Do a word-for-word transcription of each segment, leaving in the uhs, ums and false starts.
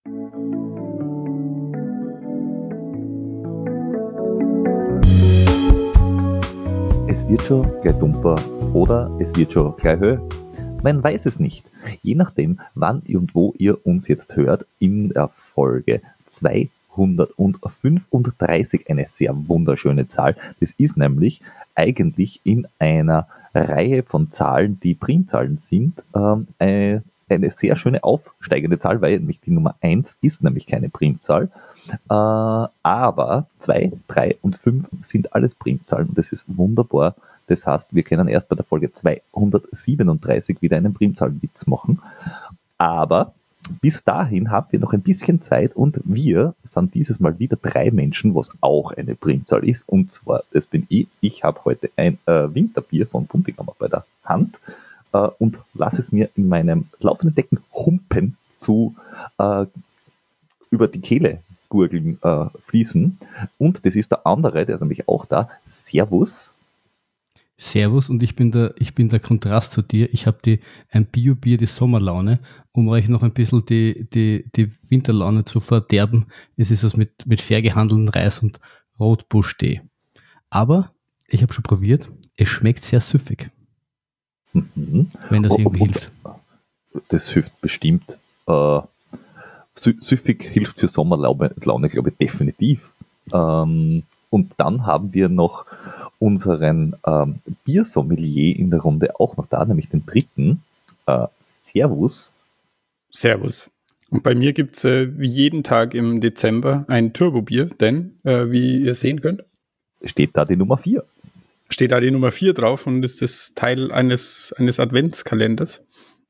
Es wird schon gleich dumper oder es wird schon gleich höher. Man weiß es nicht. Je nachdem, wann und wo ihr uns jetzt hört, in der Folge zweihundertfünfunddreißig, eine sehr wunderschöne Zahl. Das ist nämlich eigentlich in einer Reihe von Zahlen, die Primzahlen sind, ähm, eine, eine sehr schöne aufsteigende Zahl, weil nämlich die Nummer eins ist nämlich keine Primzahl. Äh, aber zwei, drei und fünf sind alles Primzahlen und das ist wunderbar. Das heißt, wir können erst bei der Folge zweihundertsiebenunddreißig wieder einen Primzahlenwitz machen. Aber bis dahin haben wir noch ein bisschen Zeit und wir sind dieses Mal wieder drei Menschen, was auch eine Primzahl ist. Und zwar, das bin ich. Ich habe heute ein äh, Winterbier von Buntigammer bei der Hand äh, und lasse es mir in meinem laufenden Decken humpen zu äh, über die Kehle Gurgeln äh, fließen. Und das ist der andere, der ist nämlich auch da. Servus. Servus, und ich bin der, ich bin der Kontrast zu dir. Ich habe die, ein Bio-Bier, die Sommerlaune, um euch noch ein bisschen die, die, die Winterlaune zu verderben. Es ist was mit, mit fair gehandelten Reis und Rotbusch-Tee. Aber ich habe schon probiert, es schmeckt sehr süffig. Mhm. Wenn das irgendwie und, hilft. Das hilft bestimmt. Äh, süffig hilft für Sommerlaune, glaube ich, definitiv. Ähm, und dann haben wir noch unseren ähm, Biersommelier in der Runde auch noch da, nämlich den dritten. Äh, Servus. Servus. Und bei mir gibt es äh, wie jeden Tag im Dezember ein Turbobier, denn, äh, wie ihr sehen könnt, steht da die Nummer vier. Steht da die Nummer vier drauf und ist das Teil eines, eines Adventskalenders.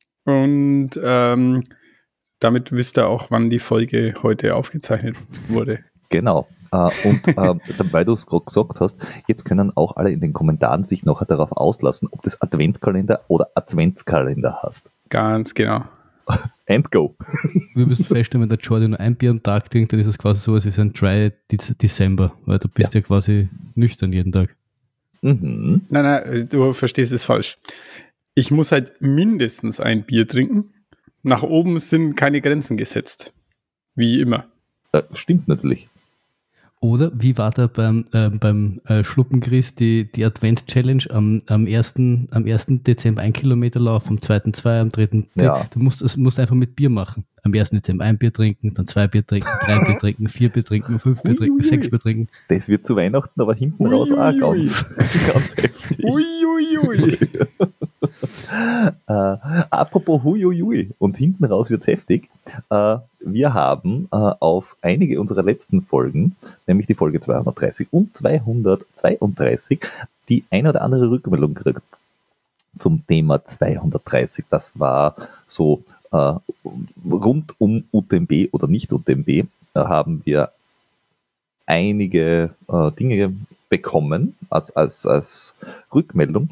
Und ähm, damit wisst ihr auch, wann die Folge heute aufgezeichnet wurde. Genau. Uh, und uh, weil du es gerade gesagt hast, jetzt können auch alle in den Kommentaren sich noch darauf auslassen, ob das Adventkalender oder Adventskalender heißt. Ganz genau. And go. Wir müssen feststellen, wenn der Jordi nur ein Bier am Tag trinkt, dann ist es quasi so, als ist ein Dry December, weil du bist ja, ja quasi nüchtern jeden Tag. Mhm. Nein, nein, du verstehst es falsch. Ich muss halt mindestens ein Bier trinken. Nach oben sind keine Grenzen gesetzt. Wie immer. Das stimmt natürlich. Oder wie war da beim, äh, beim äh, Schluppengris die, die Advent-Challenge am, am, ersten, am ersten Dezember ein Kilometer Lauf, am zweiten zwei, am dritten ja. Du musst, musst einfach mit Bier machen. Am ersten Dezember ein Bier trinken, dann zwei Bier trinken, drei Bier trinken, vier Bier trinken, fünf Bier trinken, ui, ui, sechs Bier trinken. Das wird zu Weihnachten aber hinten ui, raus ui, auch ganz, ganz heftig. Ui, ui, ui. äh, apropos hui, hui, hui. Und hinten raus wird's heftig. Äh, wir haben äh, auf einige unserer letzten Folgen, nämlich die Folge zweihundertdreißig und zweihundertzweiunddreißig, die eine oder andere Rückmeldung gekriegt zum Thema zweihundertdreißig. Das war so äh, rund um U T M B oder nicht U T M B, da haben wir einige äh, Dinge bekommen als, als, als Rückmeldung.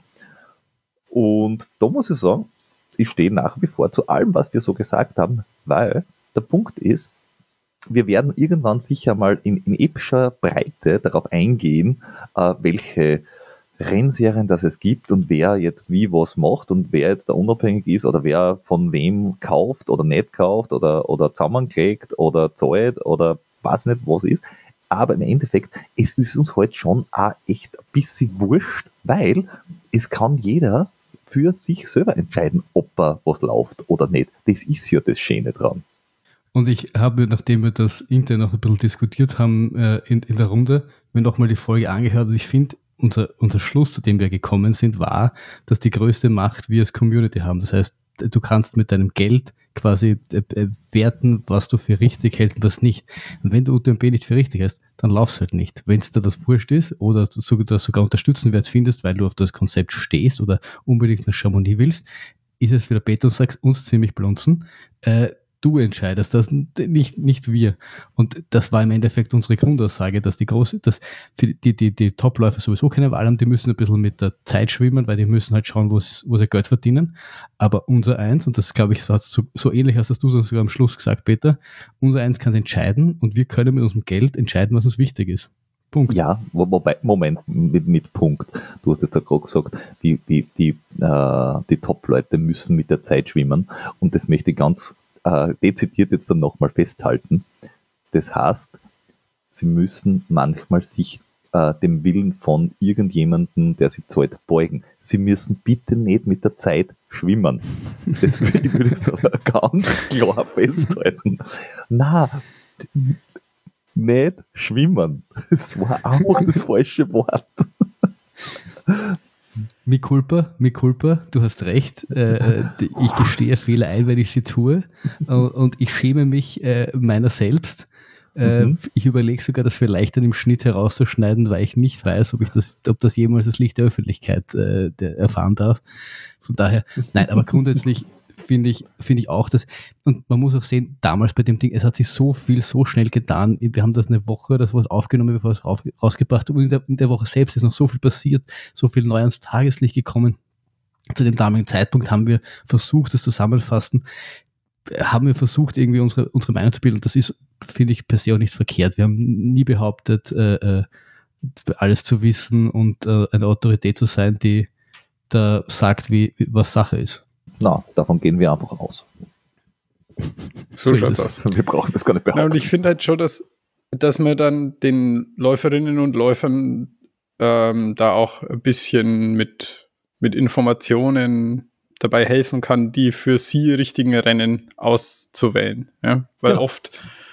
Und da muss ich sagen, ich stehe nach wie vor zu allem, was wir so gesagt haben, weil der Punkt ist, wir werden irgendwann sicher mal in, in epischer Breite darauf eingehen, äh, welche Rennserien das es gibt und wer jetzt wie was macht und wer jetzt da unabhängig ist oder wer von wem kauft oder nicht kauft oder, oder zusammenkriegt oder zahlt oder weiß nicht, was ist. Aber im Endeffekt, es ist uns heute schon auch echt ein bisschen wurscht, weil es kann jeder für sich selber entscheiden, ob er was läuft oder nicht. Das ist ja das Schöne dran. Und ich habe, nachdem wir das intern noch ein bisschen diskutiert haben äh, in, in der Runde, mir nochmal die Folge angehört und ich finde, unser, unser Schluss, zu dem wir gekommen sind, war, dass die größte Macht wir als Community haben. Das heißt, du kannst mit deinem Geld quasi äh, werten, was du für richtig hältst und was nicht. Und wenn du U T M B nicht für richtig hältst, dann laufst halt nicht. Wenn es dir das wurscht ist oder du das sogar unterstützenwert findest, weil du auf das Konzept stehst oder unbedingt nach Chamonix willst, ist es, wie der Peter sagt, uns ziemlich blunzen. Äh, Du entscheidest das, nicht, nicht wir. Und das war im Endeffekt unsere Grundaussage, dass die große, dass für die, die, die Topläufer sowieso keine Wahl haben, die müssen ein bisschen mit der Zeit schwimmen, weil die müssen halt schauen, wo sie Geld verdienen. Aber unser Eins, und das glaube ich, war so, so ähnlich, als du das sogar am Schluss gesagt, Peter, unser Eins kann entscheiden und wir können mit unserem Geld entscheiden, was uns wichtig ist. Punkt. Ja, wobei, Moment, mit, mit Punkt. Du hast jetzt ja gerade gesagt, die, die, die, äh, die Top-Leute müssen mit der Zeit schwimmen und das möchte ich ganz äh, dezidiert jetzt dann nochmal festhalten. Das heißt, sie müssen manchmal sich äh, dem Willen von irgendjemandem, der sie zahlt, beugen. Sie müssen bitte nicht mit der Zeit schwimmen. Das würde ich würde so ganz klar festhalten. Na, nicht schwimmen. Das war einfach das falsche Wort. Mi culpa, mi culpa, du hast recht. Äh, ich gestehe Fehler ein, wenn ich sie tue. Und ich schäme mich äh, meiner selbst. Äh, mhm. Ich überlege sogar, das vielleicht dann im Schnitt herauszuschneiden, weil ich nicht weiß, ob ich das, ob das jemals das Licht der Öffentlichkeit äh, der erfahren darf. Von daher, nein, aber grundsätzlich finde ich, finde ich auch das. Und man muss auch sehen, damals bei dem Ding, es hat sich so viel, so schnell getan. Wir haben das eine Woche, das was aufgenommen, bevor es rauf, rausgebracht und in der, in der Woche selbst ist noch so viel passiert, so viel neu ans Tageslicht gekommen. Zu dem damaligen Zeitpunkt haben wir versucht, das zusammenfassen, haben wir versucht, irgendwie unsere, unsere Meinung zu bilden. Das ist, finde ich, per se auch nicht verkehrt. Wir haben nie behauptet, äh, alles zu wissen und äh, eine Autorität zu sein, die da sagt, wie, was Sache ist. Na, davon gehen wir einfach aus. So, so schaut's aus. Wir brauchen das gar nicht behaupten. Na, und ich finde halt schon, dass, dass man dann den Läuferinnen und Läufern ähm, da auch ein bisschen mit, mit Informationen dabei helfen kann, die für sie richtigen Rennen auszuwählen. Ja? Weil ja. oft,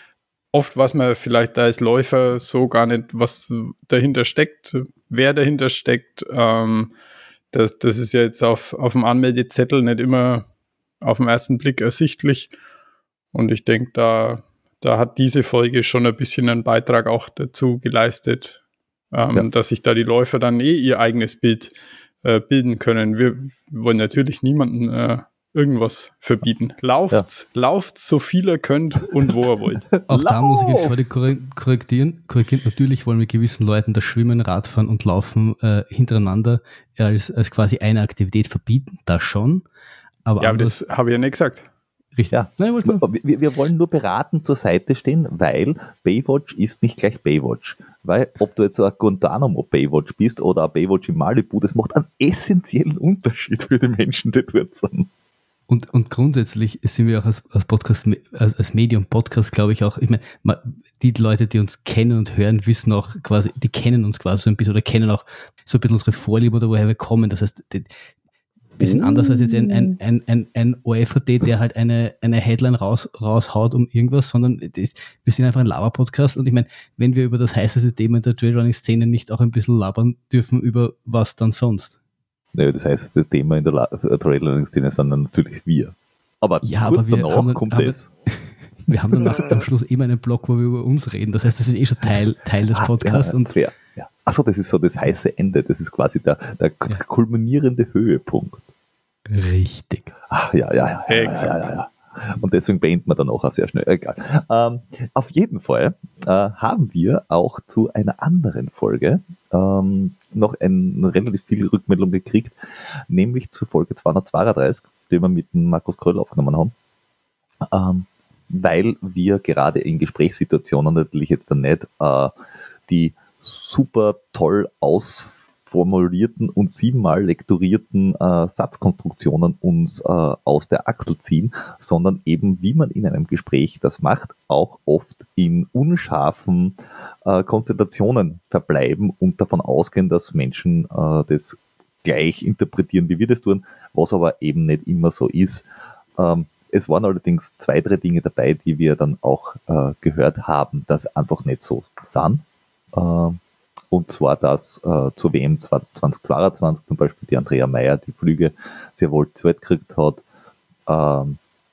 oft weiß man vielleicht da als Läufer so gar nicht, was dahinter steckt, wer dahinter steckt. Ähm, das, das ist ja jetzt auf, auf dem Anmeldezettel nicht immer auf den ersten Blick ersichtlich. Und ich denke, da, da hat diese Folge schon ein bisschen einen Beitrag auch dazu geleistet, ähm, ja. dass sich da die Läufer dann eh ihr eigenes Bild äh, bilden können. Wir wollen natürlich niemanden äh, irgendwas verbieten. Lauft's, ja. lauft's, so viel ihr könnt und wo ihr wollt. Auch da muss ich jetzt heute korrigieren. korrigieren. Natürlich wollen wir gewissen Leuten das Schwimmen, Radfahren und Laufen äh, hintereinander als, als quasi eine Aktivität verbieten. Das schon. Aber ja, aber das habe ich ja nicht gesagt. Richtig. Ja. Nein, wir, wir wollen nur beratend zur Seite stehen, weil Baywatch ist nicht gleich Baywatch. Weil ob du jetzt so ein Guantanamo Baywatch bist oder ein Baywatch in Malibu, das macht einen essentiellen Unterschied für die Menschen, die dort sind. Und, und grundsätzlich sind wir auch als, als Podcast, als, als Medium-Podcast, glaube ich auch, ich meine, die Leute, die uns kennen und hören, wissen auch quasi, die kennen uns quasi so ein bisschen oder kennen auch so ein bisschen unsere Vorlieben oder woher wir kommen. Das heißt, die, wir sind anders als jetzt ein, ein, ein, ein, ein O F A D, der halt eine, eine Headline raus, raushaut um irgendwas, sondern das, wir sind einfach ein Laber-Podcast und ich meine, wenn wir über das heißeste Thema in der Trailrunning-Szene nicht auch ein bisschen labern dürfen, über was dann sonst? Naja, das heißeste Thema in der La- Trailrunning-Szene sind dann natürlich wir. Aber ja, aber wir danach haben, kommt haben, das. Wir haben dann am Schluss immer einen Blog, wo wir über uns reden. Das heißt, das ist eh schon Teil, Teil des Podcasts. Ah, ja, fair. Ja. Achso, das ist so das heiße Ende. Das ist quasi der, der ja. kulminierende Höhepunkt. Richtig. Ach, ja, ja, ja. ja, ja, ja, ja. Und deswegen beenden wir dann auch sehr schnell. Egal. Ähm, auf jeden Fall äh, haben wir auch zu einer anderen Folge ähm, noch ein, relativ viel Rückmeldung gekriegt, nämlich zur Folge zweihundertzweiunddreißig, die wir mit dem Markus Kröll aufgenommen haben. Ähm, weil wir gerade in Gesprächssituationen natürlich jetzt dann nicht äh, die super toll ausformulierten und siebenmal lektorierten äh, Satzkonstruktionen uns äh, aus der Achsel ziehen, sondern eben, wie man in einem Gespräch das macht, auch oft in unscharfen äh, Konstellationen verbleiben und davon ausgehen, dass Menschen äh, das gleich interpretieren, wie wir das tun, was aber eben nicht immer so ist. Ähm, Es waren allerdings zwei, drei Dinge dabei, die wir dann auch äh, gehört haben, dass einfach nicht so sind. Äh, und zwar, dass äh, zur W M zwanzig zweiundzwanzig zum Beispiel die Andrea Meyer die Flüge sehr wohl Zeit gekriegt hat, äh,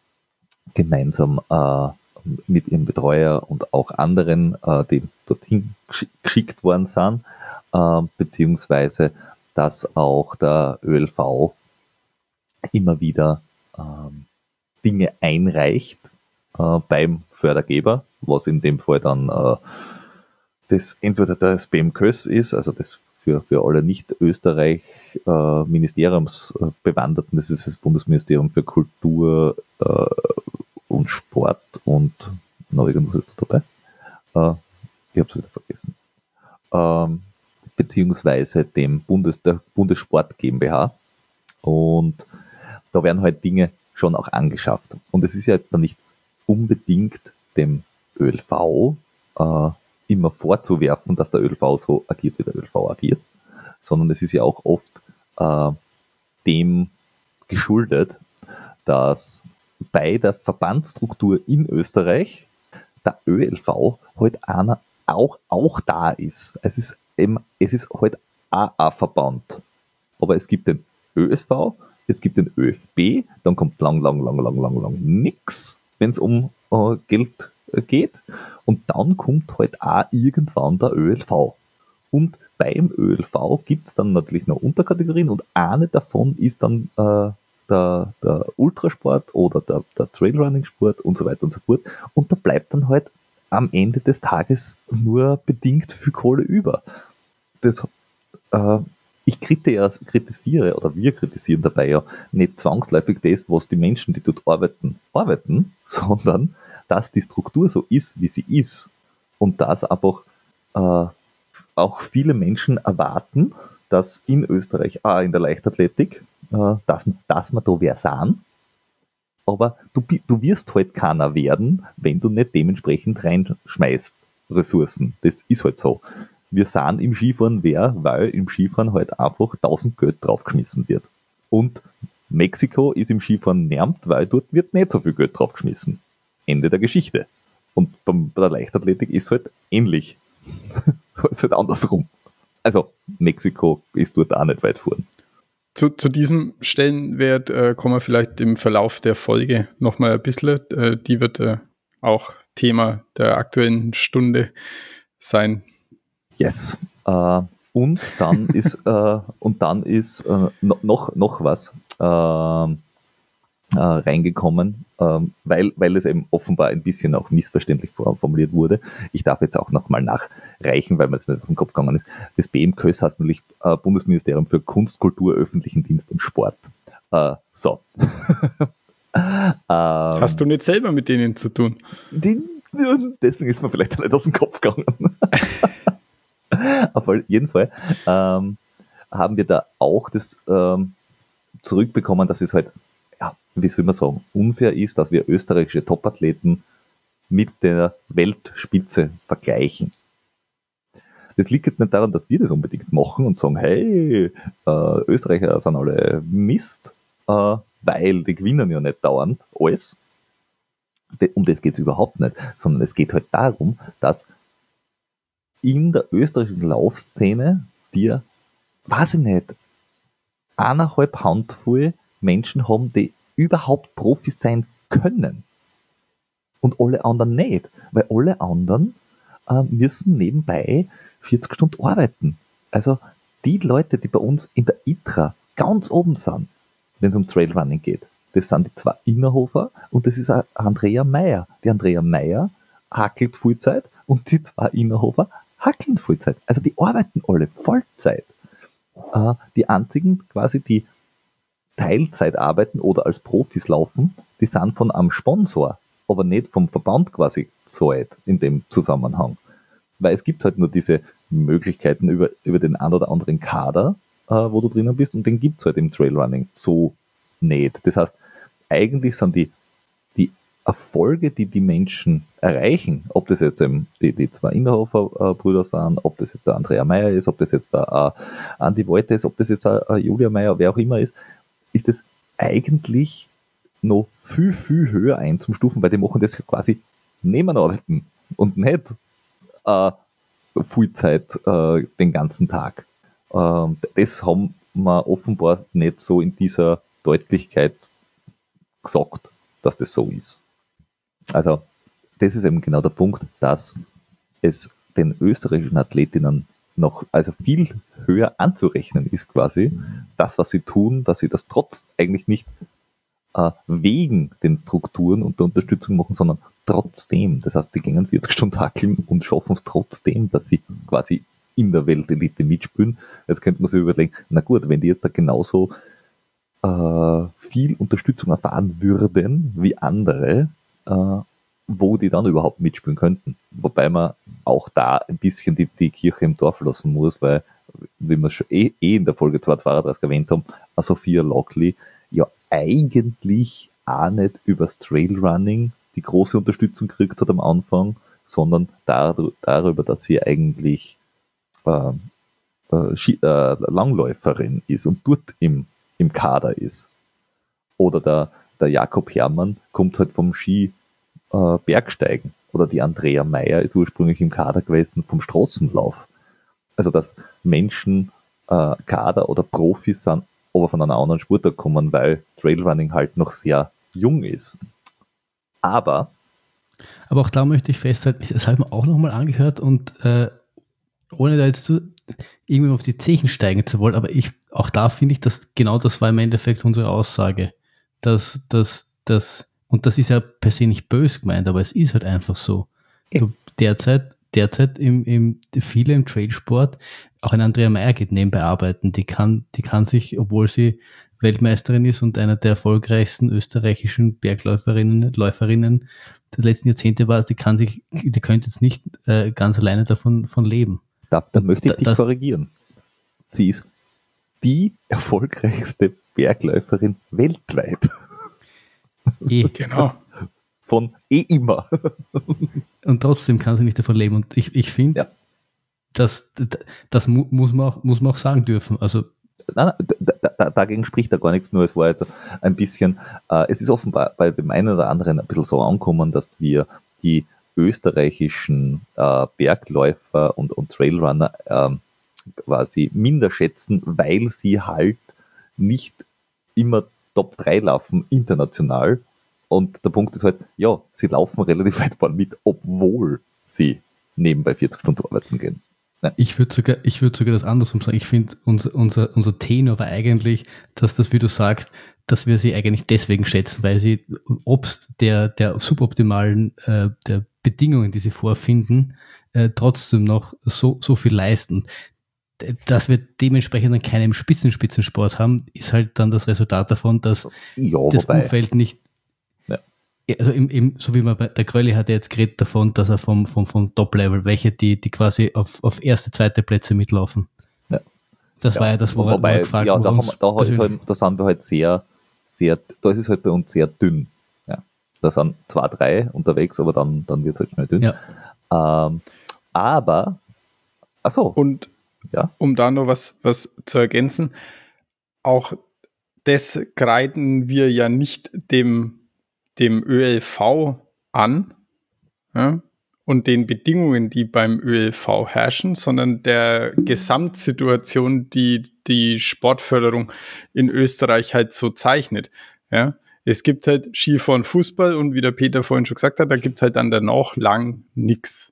gemeinsam äh, mit ihrem Betreuer und auch anderen, äh, die dorthin geschickt worden sind, äh, beziehungsweise dass auch der Ö L V immer wieder äh, Dinge einreicht äh, beim Fördergeber, was in dem Fall dann äh, das entweder das B M Kös ist, also das für, für alle Nicht-Österreich-Ministeriumsbewanderten, äh, das ist das Bundesministerium für Kultur äh, und Sport und noch irgendwas ist da dabei. Äh, ich habe es wieder vergessen. Ähm, beziehungsweise dem Bundes, der Bundessport GmbH. Und da werden halt Dinge schon auch angeschafft. Und es ist ja jetzt dann nicht unbedingt dem Ö L V äh, immer vorzuwerfen, dass der Ö L V so agiert, wie der Ö L V agiert, sondern es ist ja auch oft äh, dem geschuldet, dass bei der Verbandsstruktur in Österreich der Ö L V halt einer auch, auch da ist. Es ist eben, es ist halt auch ein Verband. Aber es gibt den Ö S V, es gibt den Ö F B, dann kommt lang, lang, lang, lang, lang, lang nix, wenn es um äh, Geld geht. Und dann kommt halt auch irgendwann der Ö L V. Und beim Ö L V gibt es dann natürlich noch Unterkategorien und eine davon ist dann äh, der, der Ultrasport oder der, der Trailrunning-Sport und so weiter und so fort. Und da bleibt dann halt am Ende des Tages nur bedingt viel Kohle über. Das, äh, ich kritisiere, oder wir kritisieren dabei ja nicht zwangsläufig das, was die Menschen, die dort arbeiten, arbeiten, sondern dass die Struktur so ist, wie sie ist. Und dass einfach äh, auch viele Menschen erwarten, dass in Österreich, auch in der Leichtathletik, äh, dass, dass wir da wer sind. Aber du, du wirst halt keiner werden, wenn du nicht dementsprechend reinschmeißt Ressourcen. Das ist halt so. Wir sind im Skifahren wer, weil im Skifahren halt einfach tausend Geld draufgeschmissen wird. Und Mexiko ist im Skifahren nervt, weil dort wird nicht so viel Geld draufgeschmissen. Ende der Geschichte. Und beim, bei der Leichtathletik ist halt ähnlich. ist halt andersrum. Also Mexiko ist dort auch nicht weit vorn. Zu, zu diesem Stellenwert äh, kommen wir vielleicht im Verlauf der Folge nochmal ein bisschen. Äh, die wird äh, auch Thema der aktuellen Stunde sein. Yes. Äh, und dann ist äh, und dann ist äh, noch, noch was äh, äh, reingekommen, äh, weil, weil es eben offenbar ein bisschen auch missverständlich formuliert wurde. Ich darf jetzt auch nochmal nachreichen, weil mir das nicht aus dem Kopf gegangen ist. Das B M K heißt natürlich äh, Bundesministerium für Kunst, Kultur, öffentlichen Dienst und Sport. Äh, so. ähm, Hast du nicht selber mit denen zu tun? Die, deswegen ist mir vielleicht nicht aus dem Kopf gegangen. Auf jeden Fall ähm, haben wir da auch das ähm, zurückbekommen, dass es halt, ja, wie soll man sagen, unfair ist, dass wir österreichische Topathleten mit der Weltspitze vergleichen. Das liegt jetzt nicht daran, dass wir das unbedingt machen und sagen, hey, äh, Österreicher sind alle Mist, äh, weil die gewinnen ja nicht dauernd alles. Um das geht es überhaupt nicht, sondern es geht halt darum, dass in der österreichischen Laufszene wir, weiß ich nicht, eineinhalb Handvoll Menschen haben, die überhaupt Profis sein können. Und alle anderen nicht. Weil alle anderen äh, müssen nebenbei vierzig Stunden arbeiten. Also die Leute, die bei uns in der I T R A ganz oben sind, wenn es um Trailrunning geht, das sind die zwei Innerhofer und das ist Andrea Meyer. Die Andrea Meyer hackelt Vollzeit und die zwei Innerhofer hackeln Vollzeit. Also die arbeiten alle Vollzeit. Äh, die einzigen quasi, die Teilzeit arbeiten oder als Profis laufen, die sind von einem Sponsor, aber nicht vom Verband quasi zahlt in dem Zusammenhang. Weil es gibt halt nur diese Möglichkeiten über, über den einen oder anderen Kader, äh, wo du drinnen bist, und den gibt es halt im Trailrunning so nicht. Das heißt, eigentlich sind die, die Erfolge, die die Menschen erreichen, ob das jetzt eben die, die zwei Innerhofer-Brüder sind, ob das jetzt der Andrea Meyer ist, ob das jetzt der äh, Andi Wolter ist, ob das jetzt der äh, Julia Meyer, wer auch immer ist, ist es eigentlich noch viel, viel höher einzustufen, weil die machen das quasi nebenarbeiten und nicht äh, Vollzeit äh, den ganzen Tag. Ähm, das haben wir offenbar nicht so in dieser Deutlichkeit gesagt, dass das so ist. Also das ist eben genau der Punkt, dass es den österreichischen Athletinnen noch also viel höher anzurechnen ist quasi, das, was sie tun, dass sie das trotz eigentlich nicht äh, wegen den Strukturen und der Unterstützung machen, sondern trotzdem. Das heißt, die gehen vierzig Stunden hackeln und schaffen es trotzdem, dass sie quasi in der Weltelite mitspielen. Jetzt könnte man sich überlegen, na gut, wenn die jetzt da genauso äh, viel Unterstützung erfahren würden wie andere, äh, wo die dann überhaupt mitspielen könnten. Wobei man auch da ein bisschen die, die Kirche im Dorf lassen muss, weil, wie wir schon eh, eh in der Folge zweihundertzweiunddreißig erwähnt haben, Sophia Lockley ja eigentlich auch nicht übers Trailrunning die große Unterstützung gekriegt hat am Anfang, sondern dar, darüber, dass sie eigentlich äh, äh, Ski, äh, Langläuferin ist und dort im, im Kader ist. Oder der, der Jakob Herrmann kommt halt vom Ski äh, Bergsteigen. Oder die Andrea Meyer ist ursprünglich im Kader gewesen vom Straßenlauf. Also dass Menschen äh, Kader oder Profis sind, aber von einer anderen Sportart kommen, weil Trailrunning halt noch sehr jung ist. Aber Aber auch da möchte ich festhalten, das habe ich mir auch nochmal angehört und äh, ohne da jetzt zu, irgendwie auf die Zechen steigen zu wollen, aber ich, auch da finde ich, dass genau das war im Endeffekt unsere Aussage, dass, dass, dass, und das ist ja per se nicht böse gemeint, aber es ist halt einfach so. Du, derzeit, derzeit im, im, viele im Trailsport, auch eine Andrea Meyer geht nebenbei arbeiten, die kann, die kann sich, obwohl sie Weltmeisterin ist und einer der erfolgreichsten österreichischen Bergläuferinnen, Läuferinnen der letzten Jahrzehnte war, die kann sich, die könnte jetzt nicht äh, ganz alleine davon von leben. Da, da möchte ich dich das, korrigieren. Sie ist die erfolgreichste Bergläuferin weltweit. Eh. Genau. Von eh immer. Und trotzdem kann sie nicht davon leben. Und ich, ich finde, Ja. das, das mu- muss, man auch, muss man auch sagen dürfen. Also Nein, nein, da, da, dagegen spricht da gar nichts, nur es war jetzt ein bisschen, äh, es ist offenbar bei dem einen oder anderen ein bisschen so angekommen, dass wir die österreichischen äh, Bergläufer und, und Trailrunner äh, quasi minder schätzen, weil sie halt nicht immer Top drei laufen international. Und der Punkt ist halt, ja, sie laufen relativ weit vorne mit, obwohl sie nebenbei vierzig Stunden arbeiten gehen. Nein. Ich würde sogar, ich würde sogar das andersrum sagen. Ich finde, unser, unser, unser Tenor war eigentlich, dass das, wie du sagst, dass wir sie eigentlich deswegen schätzen, weil sie obst der, der suboptimalen äh, der Bedingungen, die sie vorfinden, äh, trotzdem noch so, so viel leisten. Dass wir dementsprechend dann keinen Spitzenspitzensport haben, ist halt dann das Resultat davon, dass Ja, das wobei, Umfeld nicht, Ja. also im, im, so wie man bei der Grölli hat ja jetzt geredet davon, dass er vom, vom, vom Top-Level, welche die, die quasi auf, auf erste, zweite Plätze mitlaufen. Ja. Das Ja, war ja das, wo wobei, wir gefragt ja, wurde. da, haben, da, ist halt, da sind wir halt sehr, sehr, da ist es halt bei uns sehr dünn. Ja. Da sind zwei, drei unterwegs, aber dann, dann wird es halt schnell dünn. Ja. Ähm, aber, achso, Und ja. um da noch was, was zu ergänzen, auch das greiten wir ja nicht dem, dem Ö L V an, ja, und den Bedingungen, die beim Ö L V herrschen, sondern der Gesamtsituation, die die Sportförderung in Österreich halt so zeichnet. Ja. Es gibt halt Skifahren, Fußball und wie der Peter vorhin schon gesagt hat, da gibt es halt dann danach lang nix.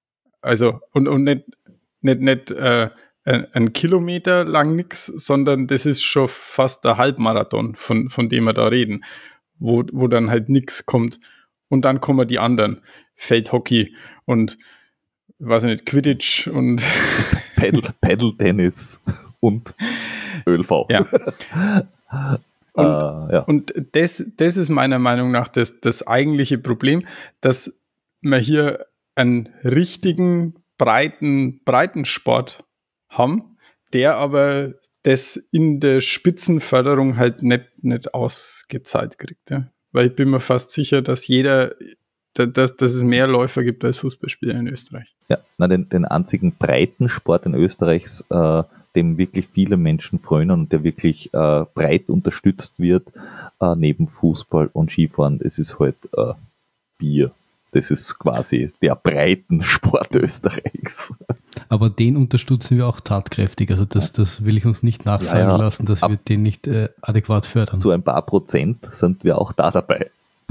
Also und, und nicht, nicht, nicht äh, ein, ein Kilometer lang nix, sondern das ist schon fast der Halbmarathon, von, von dem wir da reden, wo, wo dann halt nix kommt. Und dann kommen die anderen. Feldhockey und, weiß ich nicht, Quidditch und Paddle, Paddle Tennis und Ö L V. Ja. Und, äh, ja. und das, das ist meiner Meinung nach das, das eigentliche Problem, dass wir hier einen richtigen, breiten, breiten Sport haben, der aber das in der Spitzenförderung halt nicht, nicht ausgezahlt kriegt. Ja? Weil ich bin mir fast sicher, dass jeder, dass, dass es mehr Läufer gibt als Fußballspieler in Österreich. Ja, na, den, den einzigen breiten Sport in Österreich, äh, dem wirklich viele Menschen frönen und der wirklich äh, breit unterstützt wird, äh, neben Fußball und Skifahren, das ist halt äh, Bier. Das ist quasi der Breitensport Österreichs. Aber den unterstützen wir auch tatkräftig. Also das, das will ich uns nicht nachsagen Ja, ja. lassen, dass Ab- wir den nicht äh, adäquat fördern. Zu ein paar Prozent sind wir auch da dabei.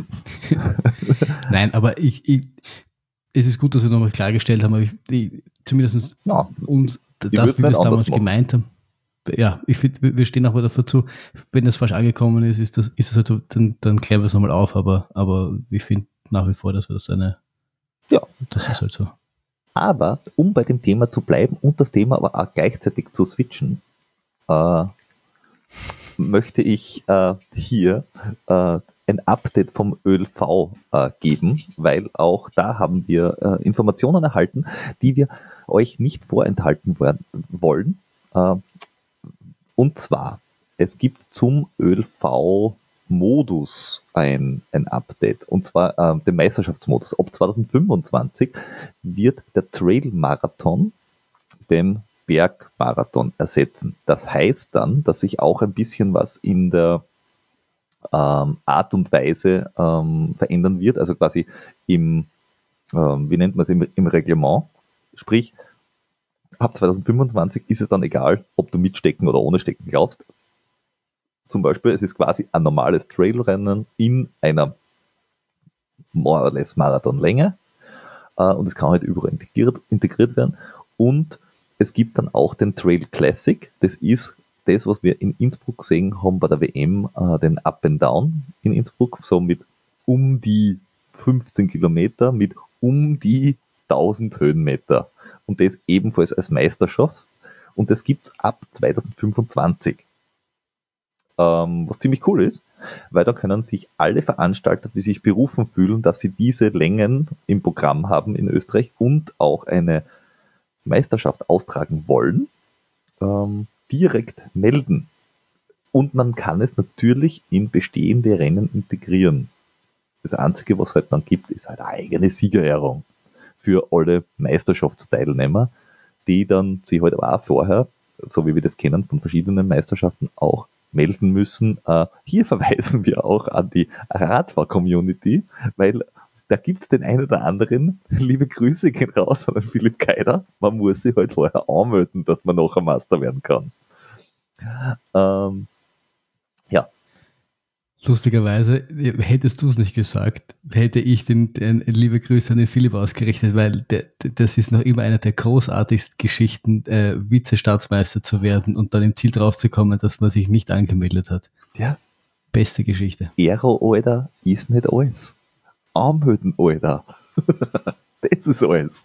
Nein, aber ich, ich, es ist gut, dass wir nochmal klargestellt haben, aber ich, ich, zumindest Ja, uns, würd's das, wie wir nicht es damals anders machen. gemeint haben. Ja, ich finde, wir wir stehen auch dafür zu, wenn das falsch angekommen ist, ist das, ist das halt, so, dann, dann klären wir es nochmal auf, aber, aber ich finde nach wie vor, dass wir das eine, Ja. das ist halt so. Aber um bei dem Thema zu bleiben und das Thema aber auch gleichzeitig zu switchen, äh, möchte ich äh, hier äh, ein Update vom Ö L V äh, geben, weil auch da haben wir äh, Informationen erhalten, die wir euch nicht vorenthalten werden, wollen. Äh, und zwar, es gibt zum Ö L V Modus ein, ein Update, und zwar ähm, den Meisterschaftsmodus. Ab zwanzig fünfundzwanzig wird der Trail-Marathon den Bergmarathon ersetzen. Das heißt dann, dass sich auch ein bisschen was in der ähm, Art und Weise ähm, verändern wird, also quasi im, ähm, wie nennt man es, im, im Reglement, sprich, ab zwanzig fünfundzwanzig ist es dann egal, ob du mit Stecken oder ohne Stecken laufst. Zum Beispiel, es ist quasi ein normales Trailrennen in einer more or less Marathonlänge, äh, und es kann halt überall integriert, integriert werden, und es gibt dann auch den Trail Classic. Das ist das, was wir in Innsbruck gesehen haben bei der W M, äh, den Up and Down in Innsbruck, so mit um die fünfzehn Kilometer, mit um die tausend Höhenmeter. Und das ebenfalls als Meisterschaft. Und das gibt es ab zwanzig fünfundzwanzig. Ähm, was ziemlich cool ist, weil da können sich alle Veranstalter, die sich berufen fühlen, dass sie diese Längen im Programm haben in Österreich und auch eine Meisterschaft austragen wollen, ähm, direkt melden. Und man kann es natürlich in bestehende Rennen integrieren. Das Einzige, was halt dann gibt, ist halt eine eigene Siegerehrung für alle Meisterschaftsteilnehmer, die dann sich halt auch vorher, so wie wir das kennen von verschiedenen Meisterschaften, auch melden müssen. Äh, hier verweisen wir auch an die Radfahr-Community, weil da gibt es den einen oder anderen, liebe Grüße gehen raus an den Philipp Keider, man muss sich halt vorher anmelden, dass man nachher Master werden kann. Ähm, ja. Lustigerweise, hättest du es nicht gesagt, hätte ich den, den liebe Grüße an den Philipp ausgerichtet, weil der, das ist noch immer eine der großartigsten Geschichten, äh, Vize-Staatsmeister zu werden und dann im Ziel drauf zu kommen, dass man sich nicht angemeldet hat. Ja. Beste Geschichte. Aero, Alter, ist nicht alles. Anmelden, Alter. Das ist alles.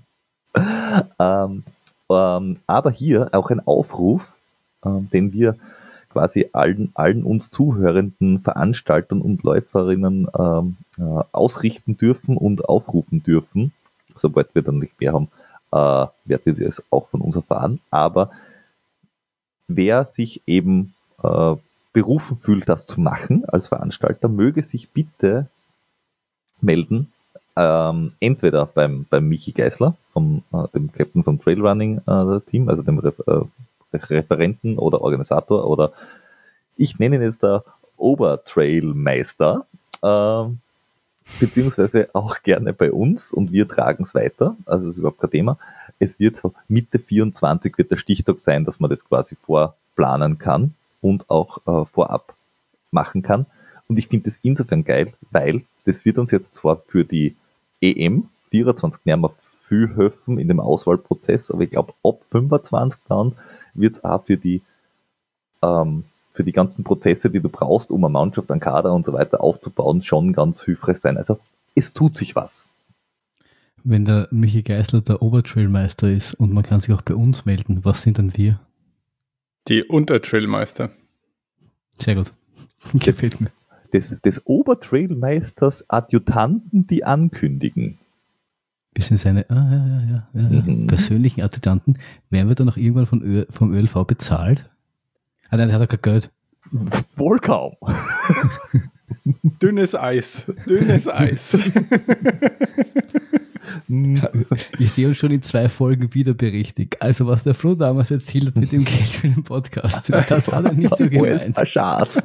ähm, ähm, aber hier auch ein Aufruf, ähm, den wir quasi allen, allen uns zuhörenden Veranstaltern und Läuferinnen ähm, äh, ausrichten dürfen und aufrufen dürfen. Sobald wir dann nicht mehr haben, äh, werden Sie es auch von uns erfahren. Aber wer sich eben äh, berufen fühlt, das zu machen als Veranstalter, möge sich bitte melden, ähm, entweder beim, beim Michi Geisler, vom, äh, dem Captain vom Trailrunning äh, Team, also dem Re äh, Referenten oder Organisator, oder ich nenne ihn jetzt der Obertrailmeister, äh, beziehungsweise auch gerne bei uns, und wir tragen es weiter, also das ist überhaupt kein Thema. Es wird so Mitte vierundzwanzig wird der Stichtag sein, dass man das quasi vorplanen kann und auch äh, vorab machen kann. Und ich finde das insofern geil, weil das wird uns jetzt zwar für die E M vierundzwanzig nicht mehr viel helfen in dem Auswahlprozess, aber ich glaube, ab fünfundzwanzig dann wird es auch für die, ähm, für die ganzen Prozesse, die du brauchst, um eine Mannschaft, einen Kader und so weiter aufzubauen, schon ganz hilfreich sein. Also es tut sich was. Wenn der Michi Geisler der Obertrailmeister ist und man kann sich auch bei uns melden, was sind dann wir? Die Untertrailmeister. Sehr gut. Gefällt mir. Des, des Obertrailmeisters Adjutanten, die ankündigen. Wir sind seine ah, ja, ja, ja, ja, Mhm. persönlichen Adjutanten. Werden wir dann noch irgendwann von Ö, vom Ö L V bezahlt? Ah nein, der hat ja kein Geld. Wohl kaum. Dünnes Eis. Dünnes Eis. Ich sehe uns schon in zwei Folgen wieder berichtigt. Also was der Flo damals erzählt hat mit dem Geld für den Podcast, das hat er nicht so gemeint. Ein Schatz.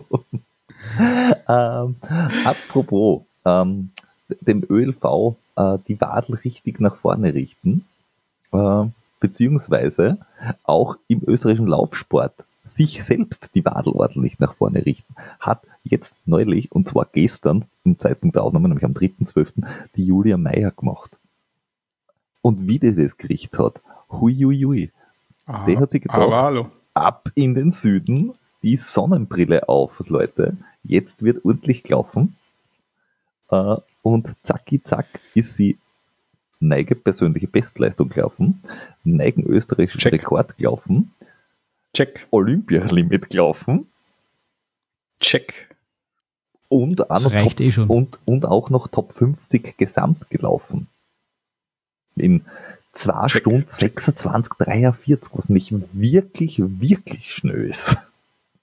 ähm, apropos, ähm, dem Ö L V äh, die Wadel richtig nach vorne richten, äh, beziehungsweise auch im österreichischen Laufsport sich selbst die Wadel ordentlich nach vorne richten, hat jetzt neulich, und zwar gestern, im Zeitpunkt der Aufnahme, nämlich am dritten zwölften die Julia Meyer gemacht. Und wie die das gekriegt hat, hui, hui, hui. Ah, Der hat sich gedacht, aber hallo. ab in den Süden, die Sonnenbrille auf, Leute. Jetzt wird ordentlich gelaufen. Äh, und zacki zack ist sie neige persönliche Bestleistung gelaufen, neigen österreichischen Check. Rekord gelaufen, Check. Olympialimit gelaufen Check. und auch, Das noch reicht Top, eh schon. und, und auch noch Top fünfzig gesamt gelaufen. In zwei Check. Stunden sechsundzwanzig dreiundvierzig, was nicht wirklich, wirklich schnell ist.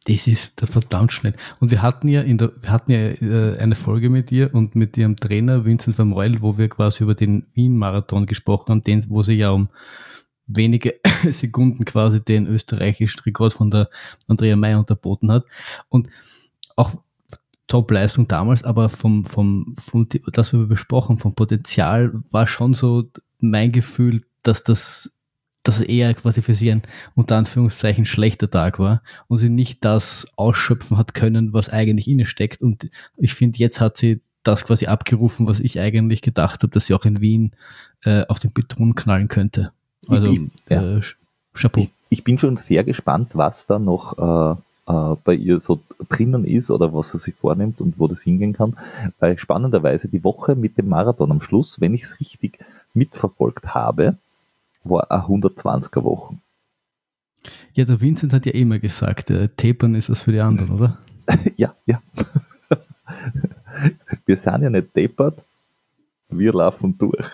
Das ist der verdammt schnell. Und wir hatten ja in der, wir hatten ja äh, eine Folge mit dir und mit ihrem Trainer Vincent van Reul, wo wir quasi über den Wien-Marathon gesprochen haben, den, wo sie ja um wenige Sekunden quasi den österreichischen Rekord von der Andrea May unterboten hat. Und auch Top-Leistung damals, aber vom, vom, vom, das wir besprochen, vom Potenzial war schon so mein Gefühl, dass das dass es eher quasi für sie ein unter Anführungszeichen schlechter Tag war und sie nicht das ausschöpfen hat können, was eigentlich in ihr steckt. Und ich finde, jetzt hat sie das quasi abgerufen, was ich eigentlich gedacht habe, dass sie auch in Wien äh, auf den Beton knallen könnte. Also ich bin, ja. äh, Chapeau. Ich, ich bin schon sehr gespannt, was da noch äh, äh, bei ihr so drinnen ist oder was sie sich vornimmt und wo das hingehen kann. Weil spannenderweise die Woche mit dem Marathon am Schluss, wenn ich es richtig mitverfolgt habe, war eine hundertzwanziger Wochen. Ja, der Vincent hat ja immer gesagt, äh, Tapern ist was für die anderen, oder? ja, ja. Wir sind ja nicht tapert, wir laufen durch.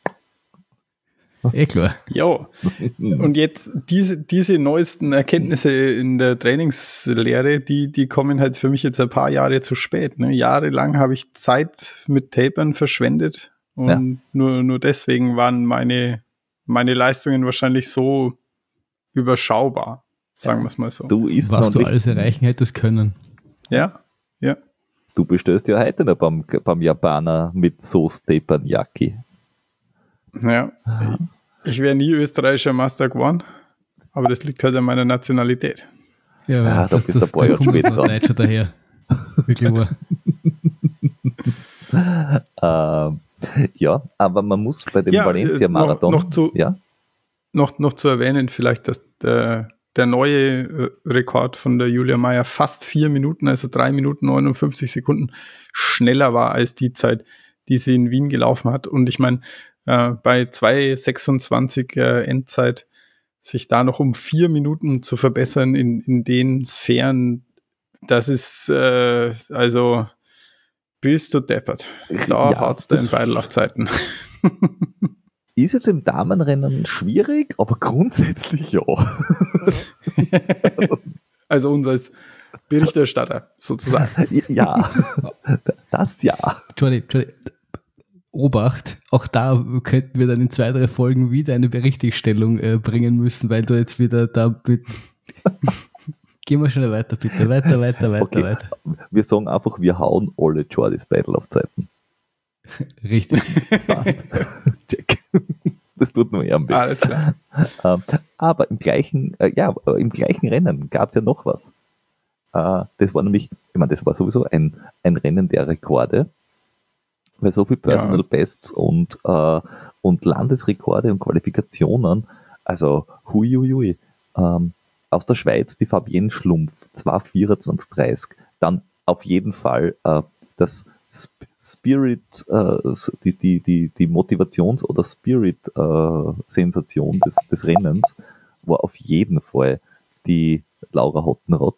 Eh klar. Ja, und jetzt diese, diese neuesten Erkenntnisse in der Trainingslehre, die, die kommen halt für mich jetzt ein paar Jahre zu spät. Ne? Jahrelang habe ich Zeit mit Tapern verschwendet und Ja. nur, nur deswegen waren meine meine Leistungen wahrscheinlich so überschaubar, sagen wir es mal so. Du isst Was noch du nicht, alles erreichen hättest können. Ja, ja. Du bestellst ja heute noch beim, beim Japaner mit Sauce Teppanyaki. Ja. Ich wäre nie österreichischer Meister geworden, aber das liegt halt an meiner Nationalität. Ja, Ja, da das, bist du das, ein paar Jahre da kommt später unser dran. Deutscher daher. Wirklich wahr. Ähm, ja, aber man muss bei dem Ja, Valencia-Marathon, noch, noch, zu, ja, noch, noch zu erwähnen vielleicht, dass der, der neue äh, Rekord von der Julia Meyer fast vier Minuten, also drei Minuten neunundfünfzig Sekunden schneller war als die Zeit, die sie in Wien gelaufen hat. Und ich meine, äh, bei zwei sechsundzwanzig äh, Endzeit sich da noch um vier Minuten zu verbessern in, in den Sphären, das ist äh, also bist du deppert. Da Ja. hat's den Beidel auf Zeiten. ist es im Damenrennen schwierig, aber grundsätzlich ja. Also uns als Berichterstatter sozusagen. Ja, das ja. Entschuldigung, Entschuldigung. Obacht, auch da könnten wir dann in zwei, drei Folgen wieder eine Berichtigstellung äh, bringen müssen, weil du jetzt wieder da mit... Gehen wir schnell weiter, bitte. Weiter, weiter, weiter, Okay. weiter. Wir sagen einfach, wir hauen alle Jordis Battle auf Zeiten. Richtig. Passt. Check. Das tut mir eher am besten. Alles klar. Ähm, aber im gleichen, äh, ja, äh, im gleichen Rennen gab es ja noch was. Äh, das war nämlich, ich meine, das war sowieso ein, ein Rennen der Rekorde, weil so viel Personal Ja. Bests und, äh, und Landesrekorde und Qualifikationen, also hui, hui, hui. Ähm, aus der Schweiz die Fabienne Schlumpf, zwei vierundzwanzig dreißig. Dann auf jeden Fall äh, das Sp- Spirit, äh, die, die, die, die Motivations- oder Spirit-Sensation des, des Rennens war auf jeden Fall die Laura Hottenrott,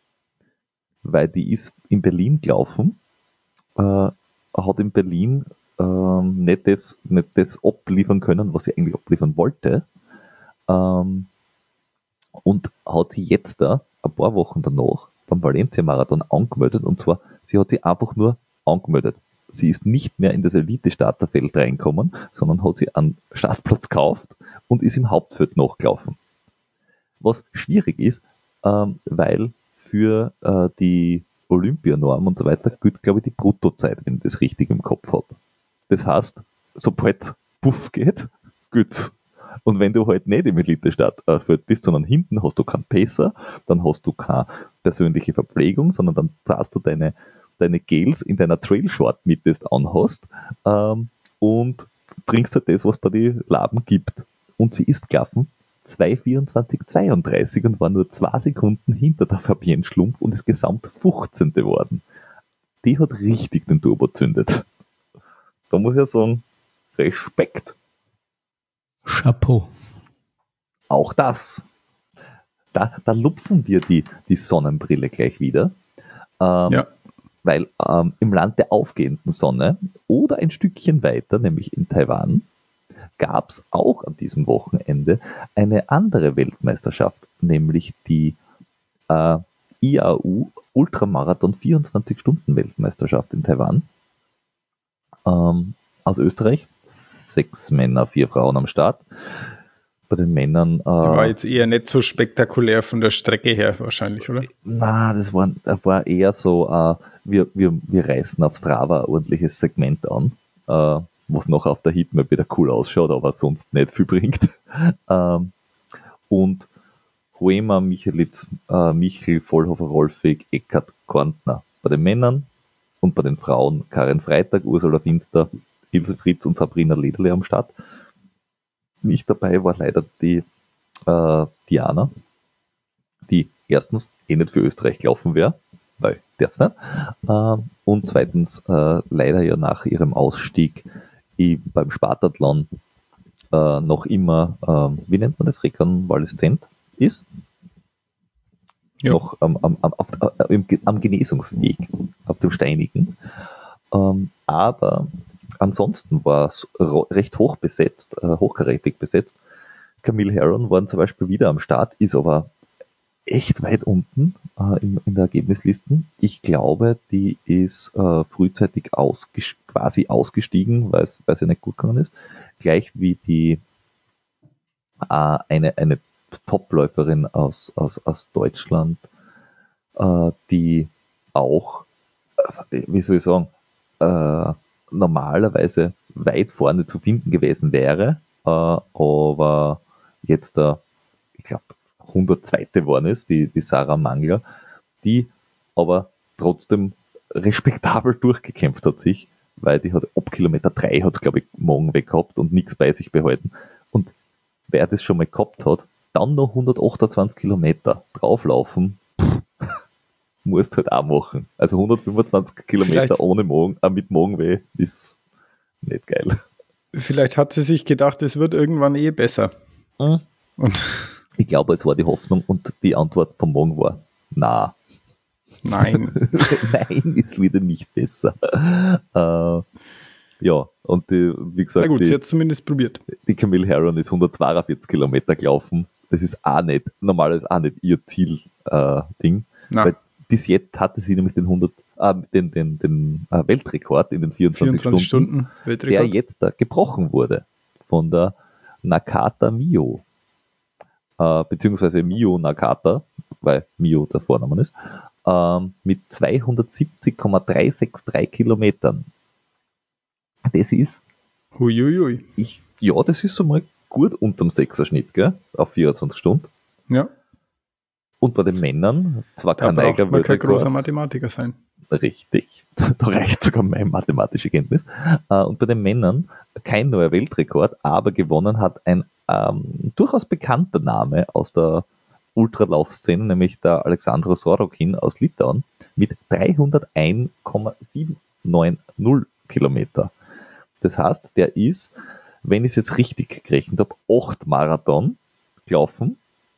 weil die ist in Berlin gelaufen, äh, hat in Berlin äh, nicht, das, nicht das abliefern können, was sie eigentlich abliefern wollte, ähm, und hat sie jetzt da ein paar Wochen danach beim Valencia-Marathon angemeldet, und zwar, sie hat sich einfach nur angemeldet. Sie ist nicht mehr in das Elite-Starterfeld reinkommen, sondern hat sie einen Startplatz gekauft und ist im Hauptfeld nachgelaufen. Was schwierig ist, ähm, weil für äh, die Olympianorm und so weiter gilt, glaube ich, die Bruttozeit, wenn ich das richtig im Kopf habe. Das heißt, sobald Puff geht, gilt's. Und wenn du halt nicht im Elite-Startfeld bist, sondern hinten hast du keinen Pacer, dann hast du keine persönliche Verpflegung, sondern dann tragst du deine, deine Gels in deiner Trail-Short mit, das du anhast, ähm, und trinkst halt das, was bei den Laben gibt. Und sie ist gelaufen zwei vierundzwanzig zweiunddreißig und war nur zwei Sekunden hinter der Fabienne Schlumpf und ist gesamt fünfzehnte geworden. Die hat richtig den Turbo zündet. Da muss ich ja sagen, Respekt. Chapeau. Auch das. Da, da lupfen wir die, die Sonnenbrille gleich wieder. Ähm, Ja. Weil ähm, im Land der aufgehenden Sonne oder ein Stückchen weiter, nämlich in Taiwan, gab es auch an diesem Wochenende eine andere Weltmeisterschaft, nämlich die äh, I A U Ultramarathon vierundzwanzig Stunden Weltmeisterschaft in Taiwan. Ähm, aus Österreich. Sechs Männer, vier Frauen am Start. Bei den Männern. Äh, Die war jetzt eher nicht so spektakulär von der Strecke her wahrscheinlich, oder? Na, das war, war eher so, äh, wir, wir, wir reißen auf Strava ein ordentliches Segment an, äh, was noch auf der Heatmap wieder cool ausschaut, aber sonst nicht viel bringt. ähm, und Hoema, Michelitz, äh, Michel, Vollhofer, Rolfig, Eckert, Korntner bei den Männern und bei den Frauen Karin Freitag, Ursula Finster, Ilse Fritz und Sabrina Lederle am Start. Nicht dabei war leider die äh, Diana, die erstens eh nicht für Österreich gelaufen wäre, weil das nicht, äh, und zweitens äh, leider ja nach ihrem Ausstieg i- beim Spartathlon äh, noch immer, äh, wie nennt man das, rekonvaleszent ist, Ja. noch am, am, am, auf, äh, im, am Genesungsweg, auf dem Steinigen. Ähm, aber ansonsten war es ro- recht hoch besetzt, äh, hochkarätig besetzt. Camille Herron war zum Beispiel wieder am Start, ist aber echt weit unten äh, in, in der Ergebnislisten. Ich glaube, die ist äh, frühzeitig ausges- quasi ausgestiegen, weil es ja nicht gut gegangen ist. Gleich wie die äh, eine, eine Topläuferin aus, aus, aus Deutschland, äh, die auch, äh, wie soll ich sagen, äh, normalerweise weit vorne zu finden gewesen wäre, äh, aber jetzt da, äh, ich glaube, hundertzweite geworden ist, die, die Sarah Mangler, die aber trotzdem respektabel durchgekämpft hat sich, weil die hat ab Kilometer drei hat, glaube ich, morgen weg gehabt und nichts bei sich behalten. Und wer das schon mal gehabt hat, dann noch hundertachtundzwanzig Kilometer drauflaufen, pff, musst halt auch machen. Also hundertfünfundzwanzig Kilometer Vielleicht- ohne Morgen, äh, mit Morgenweh ist nicht geil. Vielleicht hat sie sich gedacht, es wird irgendwann eh besser. Mhm. Und Ich glaube, es war die Hoffnung und die Antwort vom Morgen war, na, nein. nein, ist wieder nicht besser. Äh, ja, und die, wie gesagt, Na gut, sie die, hat es zumindest probiert. die Camille Herron ist hundertzweiundvierzig Kilometer gelaufen. Das ist auch nicht, normalerweise auch nicht ihr Ziel-Ding. Na, Weil bis jetzt hatte sie nämlich den hundert, äh, den, den, den äh, Weltrekord in den vierundzwanzig, vierundzwanzig Stunden, Stunden der Weltrekord. jetzt da gebrochen wurde von der Nakata Mio. Äh, beziehungsweise Mio Nakata, weil Mio der Vorname ist, ähm, mit zweihundertsiebzig Komma dreihundertdreiundsechzig Kilometern. Das ist, Huiuiui. ich, ja, das ist so mal gut unterm Sechser-Schnitt, gell? Auf vierundzwanzig Stunden. Ja, Und bei den Männern zwar da kein braucht Neiger man kein großer Weltrekord, Mathematiker sein. richtig, da reicht sogar meine mathematische Kenntnis. Äh, Und bei den Männern kein neuer Weltrekord, aber gewonnen hat ein ähm, durchaus bekannter Name aus der Ultralaufszene, nämlich der Alexandro Sorokin aus Litauen mit dreihunderteins Komma siebenhundertneunzig Kilometer. Das heißt, der ist, wenn ich es jetzt richtig gerechnet habe, acht Marathon gelaufen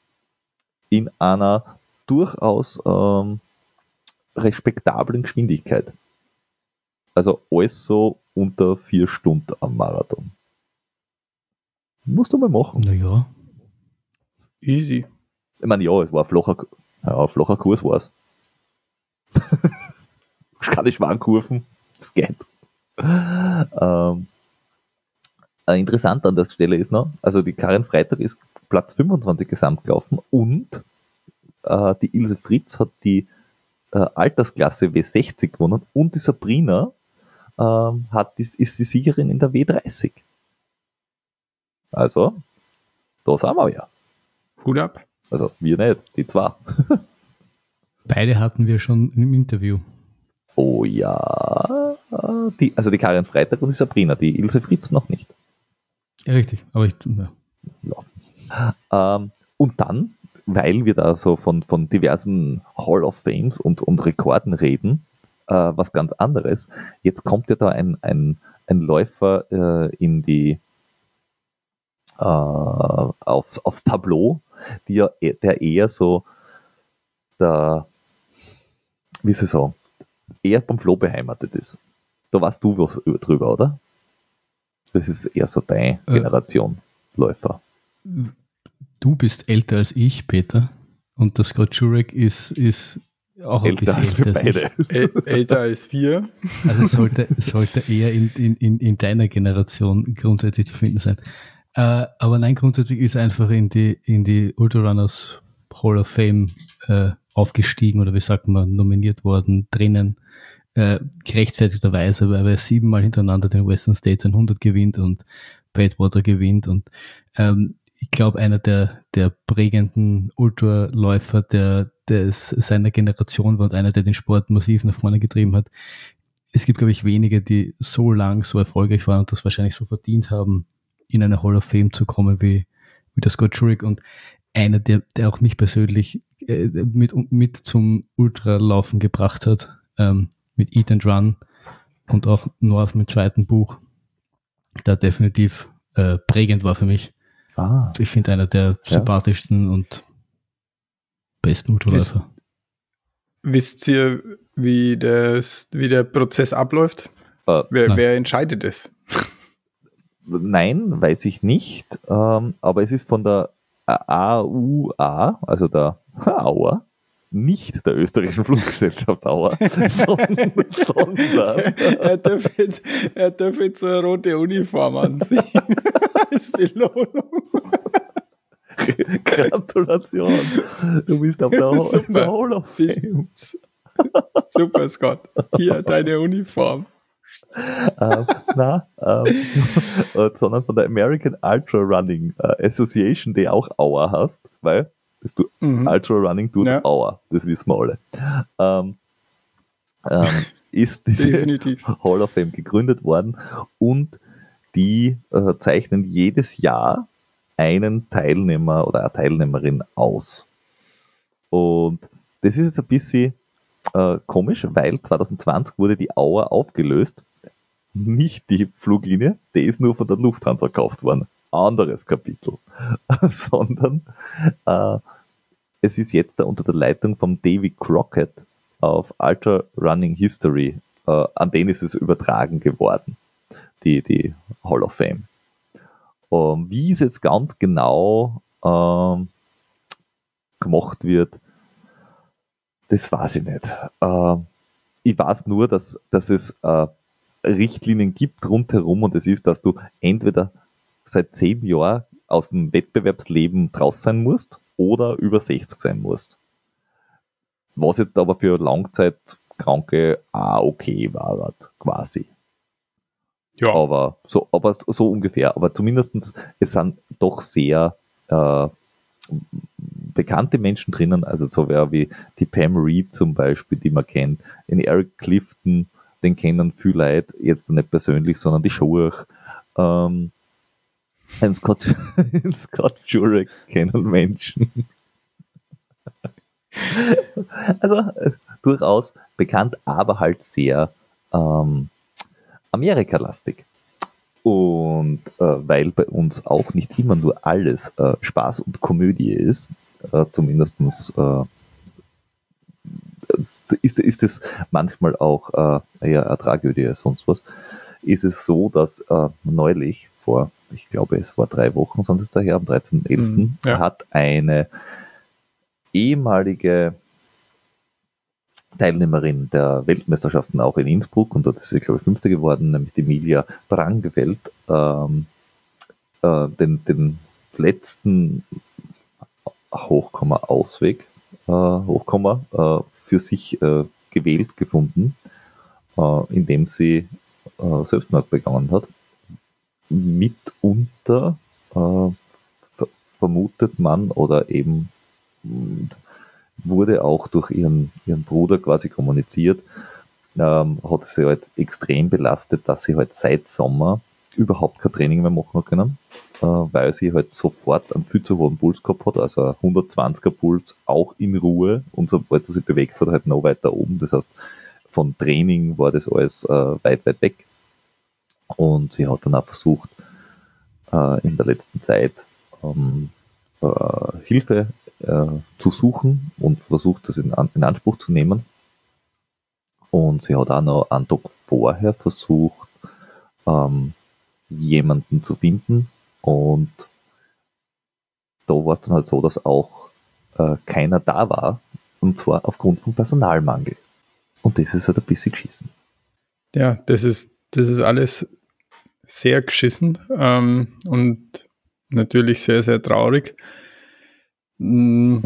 in einer durchaus ähm, respektablen Geschwindigkeit. Also alles so unter vier Stunden am Marathon. Musst du mal machen. Naja, Easy. Ich meine, ja, es war ein flacher, ja, ein flacher Kurs war es. Keine Schwankurven, das geht. Ähm, äh, interessant an der Stelle ist noch, also die Karin Freitag ist Platz fünfundzwanzig gesamt gelaufen und äh, die Ilse Fritz hat die äh, Altersklasse W sechzig gewonnen und die Sabrina ähm, hat, ist, ist die Siegerin in der W dreißig. Also, da sind wir ja. Hut ab. Also, wir nicht, die zwei. beide hatten wir schon im Interview. Oh ja, äh, die, also die Karin Freitag und die Sabrina, die Ilse Fritz noch nicht. Ja, richtig, aber ich, ja. Ähm, und dann, weil wir da so von, von diversen Hall of Fames und, und Rekorden reden, äh, was ganz anderes. Jetzt kommt ja da ein, ein, ein Läufer äh, in die äh, aufs, aufs Tableau, die ja, der eher so der, wie soll ich sagen, eher beim Flo beheimatet ist. Da weißt du was drüber, oder? Das ist eher so deine Äh. Generation Läufer. Du bist älter als ich, Peter, und das Grotschurek ist, ist auch ein älter bisschen als wir älter. beide. äl- älter als wir. Also es sollte, es sollte eher in, in, in, in deiner Generation grundsätzlich zu finden sein. Äh, aber nein, grundsätzlich ist er einfach in die, in die Ultra Runners Hall of Fame äh, aufgestiegen oder wie sagt man, nominiert worden, drinnen. Äh, gerechtfertigterweise, weil er siebenmal hintereinander den Western States hundert gewinnt und Badwater gewinnt und ähm, ich glaube, einer der, der prägenden Ultraläufer der, des, seiner Generation war und einer, der den Sport massiv nach vorne getrieben hat. Es gibt, glaube ich, wenige, die so lang so erfolgreich waren und das wahrscheinlich so verdient haben, in eine Hall of Fame zu kommen wie, wie der Scott Jurek und einer, der, der auch mich persönlich äh, mit, mit zum Ultralaufen gebracht hat, ähm, mit Eat and Run und auch North mit zweiten Buch, der definitiv äh, prägend war für mich. Ah, Ich finde einer der Ja. sympathischsten und besten Ultraläufer. Wisst ihr, wie, das, wie der Prozess abläuft? Äh, wer, nein. wer entscheidet es? nein, weiß ich nicht, ähm, aber es ist von der A U A, also der Auer, nicht der österreichischen Fluggesellschaft Auer, sondern, sondern er, darf jetzt, er darf jetzt eine rote Uniform anziehen als Belohnung. Gratulation, du bist auf der, auf der Super. Hall of Fame. Super, Scott. Hier, deine Uniform. äh, na, ähm, äh, sondern von der American Ultra Running äh, Association, die auch Auer heißt, weil das du Mhm. Ultra Running tut Ja. Auer, das wissen wir alle. Ähm, ähm, ist diese Definitiv. Hall of Fame gegründet worden und die äh, zeichnen jedes Jahr einen Teilnehmer oder eine Teilnehmerin aus. Und das ist jetzt ein bisschen äh, komisch, weil zwanzig zwanzig wurde die Auer aufgelöst. Nicht die Fluglinie, die ist nur von der Lufthansa gekauft worden. Anderes Kapitel. Sondern äh, es ist jetzt da unter der Leitung von Davy Crockett auf Ultra Running History, äh, an den ist es übertragen geworden, die, die Hall of Fame. Um, wie es jetzt ganz genau ähm, gemacht wird, das weiß ich nicht. Äh, ich weiß nur, dass, dass es äh, Richtlinien gibt rundherum und es ist, dass du entweder seit zehn Jahren aus dem Wettbewerbsleben draus sein musst oder über sechzig sein musst. Was jetzt aber für Langzeitkranke auch okay war, halt, quasi. Ja. Aber so, aber so ungefähr. Aber zumindestens es sind doch sehr äh, bekannte Menschen drinnen, also so wer wie die Pam Reed zum Beispiel, die man kennt, den Eric Clifton, den kennen viele Leute, jetzt nicht persönlich, sondern die Schurch, ähm, den Scott, den Scott Jurek kennen Menschen. Also äh, durchaus bekannt, aber halt sehr ähm, Amerikalastig. Und äh, weil bei uns auch nicht immer nur alles äh, Spaß und Komödie ist, äh, zumindest muss, äh, ist, ist es manchmal auch äh, eher eine Tragödie, sonst was, ist es so, dass äh, neulich, vor, ich glaube es war drei Wochen, sonst ist daher am dreizehnten elften Mhm, ja. hat eine ehemalige Teilnehmerin der Weltmeisterschaften auch in Innsbruck, und dort ist sie, glaube ich, Fünfte geworden, nämlich die Emilia Brangeveld, ähm, äh, den, den letzten Hochkomma-Ausweg, äh, Hochkomma, äh, für sich äh, gewählt gefunden, äh, indem sie äh, Selbstmord begangen hat. Mitunter äh, ver vermutet man oder eben wurde auch durch ihren, ihren Bruder quasi kommuniziert, ähm, hat sie halt extrem belastet, dass sie halt seit Sommer überhaupt kein Training mehr machen können, äh, weil sie halt sofort einen viel zu hohen Puls gehabt hat, also ein hundertzwanziger Puls auch in Ruhe, und sobald sie sich bewegt hat, halt noch weiter oben. Das heißt, von Training war das alles äh, weit, weit weg. Und sie hat dann auch versucht, äh, in der letzten Zeit ähm, äh, Hilfe äh, zu suchen und versucht, das in, in Anspruch zu nehmen. Und sie hat auch noch einen Tag vorher versucht, ähm, jemanden zu finden. Und da war es dann halt so, dass auch äh, keiner da war, Und zwar aufgrund von Personalmangel. Und das ist halt ein bisschen geschissen. Ja, das ist, das ist alles sehr geschissen ähm, und natürlich sehr, sehr traurig. Mm,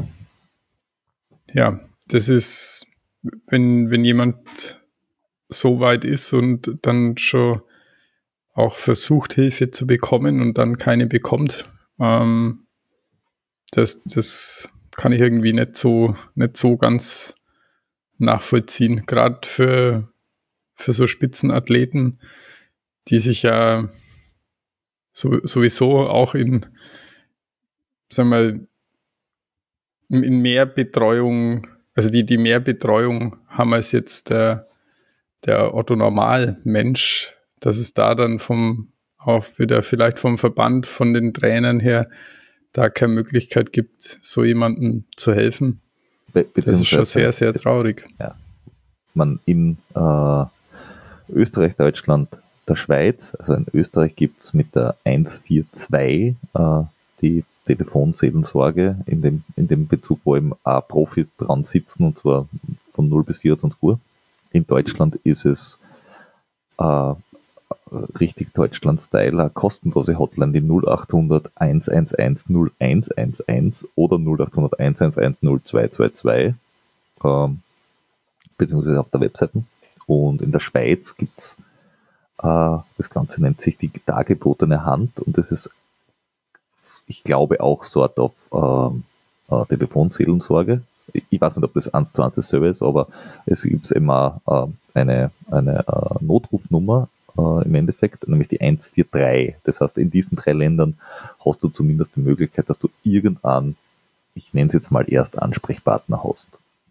ja, das ist, wenn, wenn jemand so weit ist und dann schon auch versucht, Hilfe zu bekommen und dann keine bekommt, ähm, das, das kann ich irgendwie nicht so, nicht so ganz nachvollziehen. Gerade für, für so Spitzenathleten, die sich ja so, sowieso auch in, sagen wir mal, in, in mehr Betreuung, also die, die mehr Betreuung haben als jetzt der, der Otto-Normal-Mensch, dass es da dann vom, auch wieder vielleicht vom Verband, von den Trainern her, da keine Möglichkeit gibt, so jemandem zu helfen. Be- Das ist schon sehr, sehr traurig. Ja. Man in äh, Österreich, Deutschland, der Schweiz, also in Österreich gibt es mit der eins vier zwei äh, die Telefonseelensorge in dem, in dem Bezug, wo eben auch Profis dran sitzen, und zwar von null bis vierundzwanzig Uhr. In Deutschland ist es äh, richtig Deutschland-Style, eine kostenlose Hotline, die null achthundert eins eins eins null eins eins eins oder null achthundert eins eins eins null zwei zwei zwei, ähm, beziehungsweise auf der Webseite. Und in der Schweiz gibt es, äh, das Ganze nennt sich die dargebotene Hand, und das ist, ich glaube, auch Sort of äh, äh, Telefonseelensorge. Ich, ich weiß nicht, ob das eins zu eins dasselbe ist, aber es gibt immer äh, eine, eine äh, Notrufnummer äh, im Endeffekt, nämlich die eins vier drei. Das heißt, in diesen drei Ländern hast du zumindest die Möglichkeit, dass du irgendeinen, ich nenne es jetzt mal erst Ansprechpartner hast.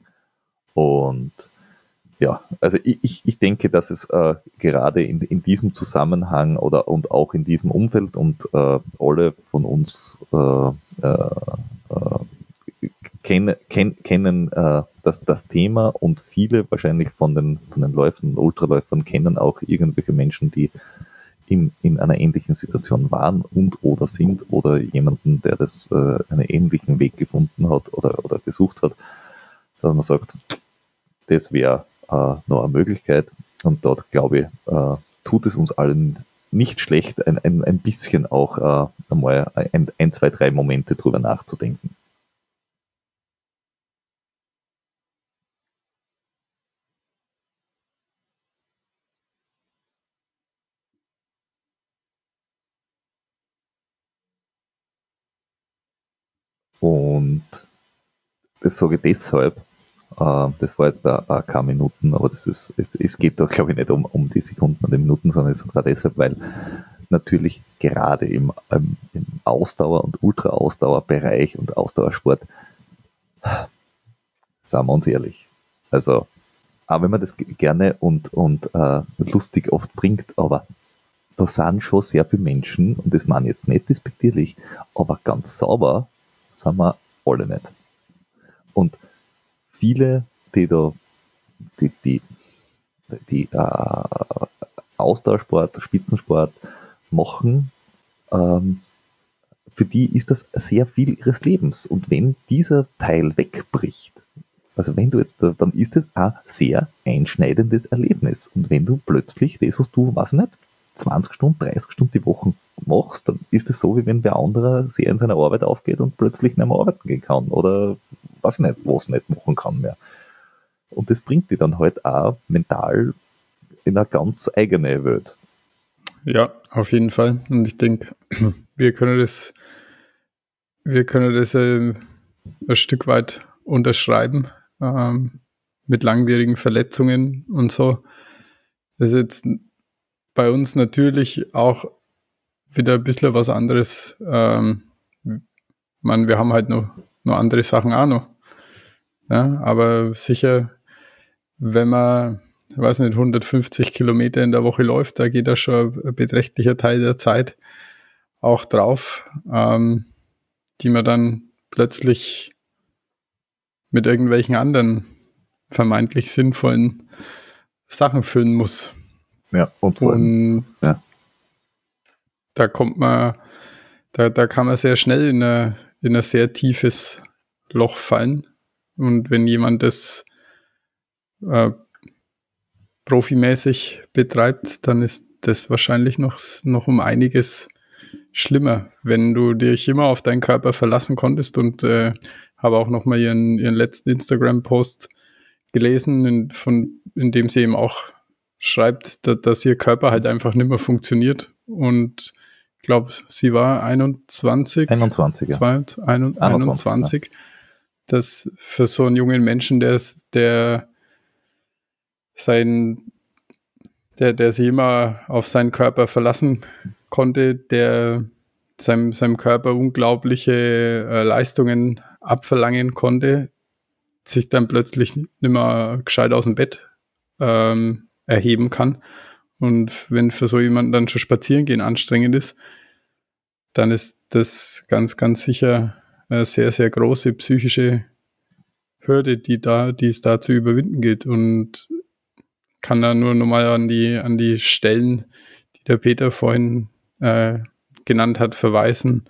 Und ja, also ich, ich, ich denke, dass es äh, gerade in, in diesem Zusammenhang oder und auch in diesem Umfeld, und äh, alle von uns äh, äh, äh, kenn, kenn, kennen äh, das, das Thema, und viele wahrscheinlich von den, von den Läufern und Ultraläufern kennen auch irgendwelche Menschen, die in, in einer ähnlichen Situation waren und oder sind, oder jemanden, der das äh, einen ähnlichen Weg gefunden hat oder, oder gesucht hat, dass man sagt, das wäre äh, noch eine Möglichkeit, und dort, glaube ich, äh, tut es uns allen nicht schlecht, ein, ein, ein bisschen auch äh, einmal ein, ein, zwei, drei Momente drüber nachzudenken. Und das sage ich deshalb, äh, das war jetzt da ein paar Minuten, aber das ist, es, es geht da, glaube ich, nicht um, um die Sekunden und die Minuten, sondern ich sage es auch deshalb, weil natürlich gerade im, ähm, im Ausdauer- und Ultra-Ausdauerbereich und Ausdauersport, sagen wir uns ehrlich, also auch wenn man das gerne und, und äh, lustig oft bringt, aber da sind schon sehr viele Menschen, und das meine ich jetzt nicht despektierlich, aber ganz sauber sind wir alle nicht. Und viele, die da die, die, die äh, Ausdauersport, Spitzensport machen, ähm, für die ist das sehr viel ihres Lebens. Und wenn dieser Teil wegbricht, also wenn du jetzt, dann ist das ein sehr einschneidendes Erlebnis. Und wenn du plötzlich das, was du, weiß ich nicht, zwanzig Stunden, dreißig Stunden die Woche machst, dann ist es so, wie wenn wer anderer sehr in seiner Arbeit aufgeht und plötzlich nicht mehr arbeiten gehen kann oder weiß ich nicht, was nicht machen kann mehr. Und das bringt die dann halt auch mental in eine ganz eigene Welt. Ja, auf jeden Fall. Und ich denke, wir können das, wir können das äh, ein Stück weit unterschreiben, ähm, mit langwierigen Verletzungen und so. Das ist jetzt bei uns natürlich auch wieder ein bisschen was anderes. Ähm, man, wir haben halt noch, noch andere Sachen auch noch. Ja, aber sicher, wenn man, ich weiß nicht, hundertfünfzig Kilometer in der Woche läuft, da geht da schon ein beträchtlicher Teil der Zeit auch drauf, ähm, die man dann plötzlich mit irgendwelchen anderen vermeintlich sinnvollen Sachen füllen muss. Ja, und vor allem, Und ja. da kommt man, da, da kann man sehr schnell in, eine, in ein sehr tiefes Loch fallen. Und wenn jemand das äh, profimäßig betreibt, dann ist das wahrscheinlich noch, noch um einiges schlimmer, wenn du dich immer auf deinen Körper verlassen konntest. Und äh, habe auch nochmal ihren, ihren letzten Instagram-Post gelesen, in, von, in dem sie eben auch schreibt, dass, dass ihr Körper halt einfach nicht mehr funktioniert. Und ich glaube, sie war einundzwanzig. einundzwanzig, ja. zwei, ein, einundzwanzig. Ja. Das für so einen jungen Menschen, der, der sein, der, der sich immer auf seinen Körper verlassen konnte, der seinem, seinem Körper unglaubliche äh, Leistungen abverlangen konnte, sich dann plötzlich nicht mehr gescheit aus dem Bett ähm, erheben kann. Und wenn für so jemanden dann schon spazieren gehen anstrengend ist, dann ist das ganz, ganz sicher eine sehr, sehr große psychische Hürde, die da, die es da zu überwinden gilt. Und kann da nur nochmal an die, an die Stellen, die der Peter vorhin äh, genannt hat, verweisen.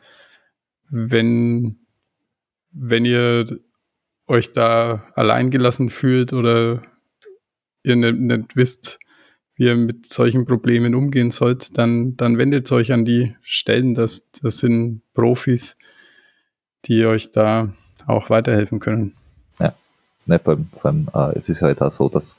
Wenn, wenn ihr euch da alleingelassen fühlt oder ihr nicht, nicht wisst, wie ihr mit solchen Problemen umgehen sollt, dann, dann wendet euch an die Stellen. Das, das sind Profis, die euch da auch weiterhelfen können. Ja, ne, vor allem, vor allem äh, es ist halt auch so, dass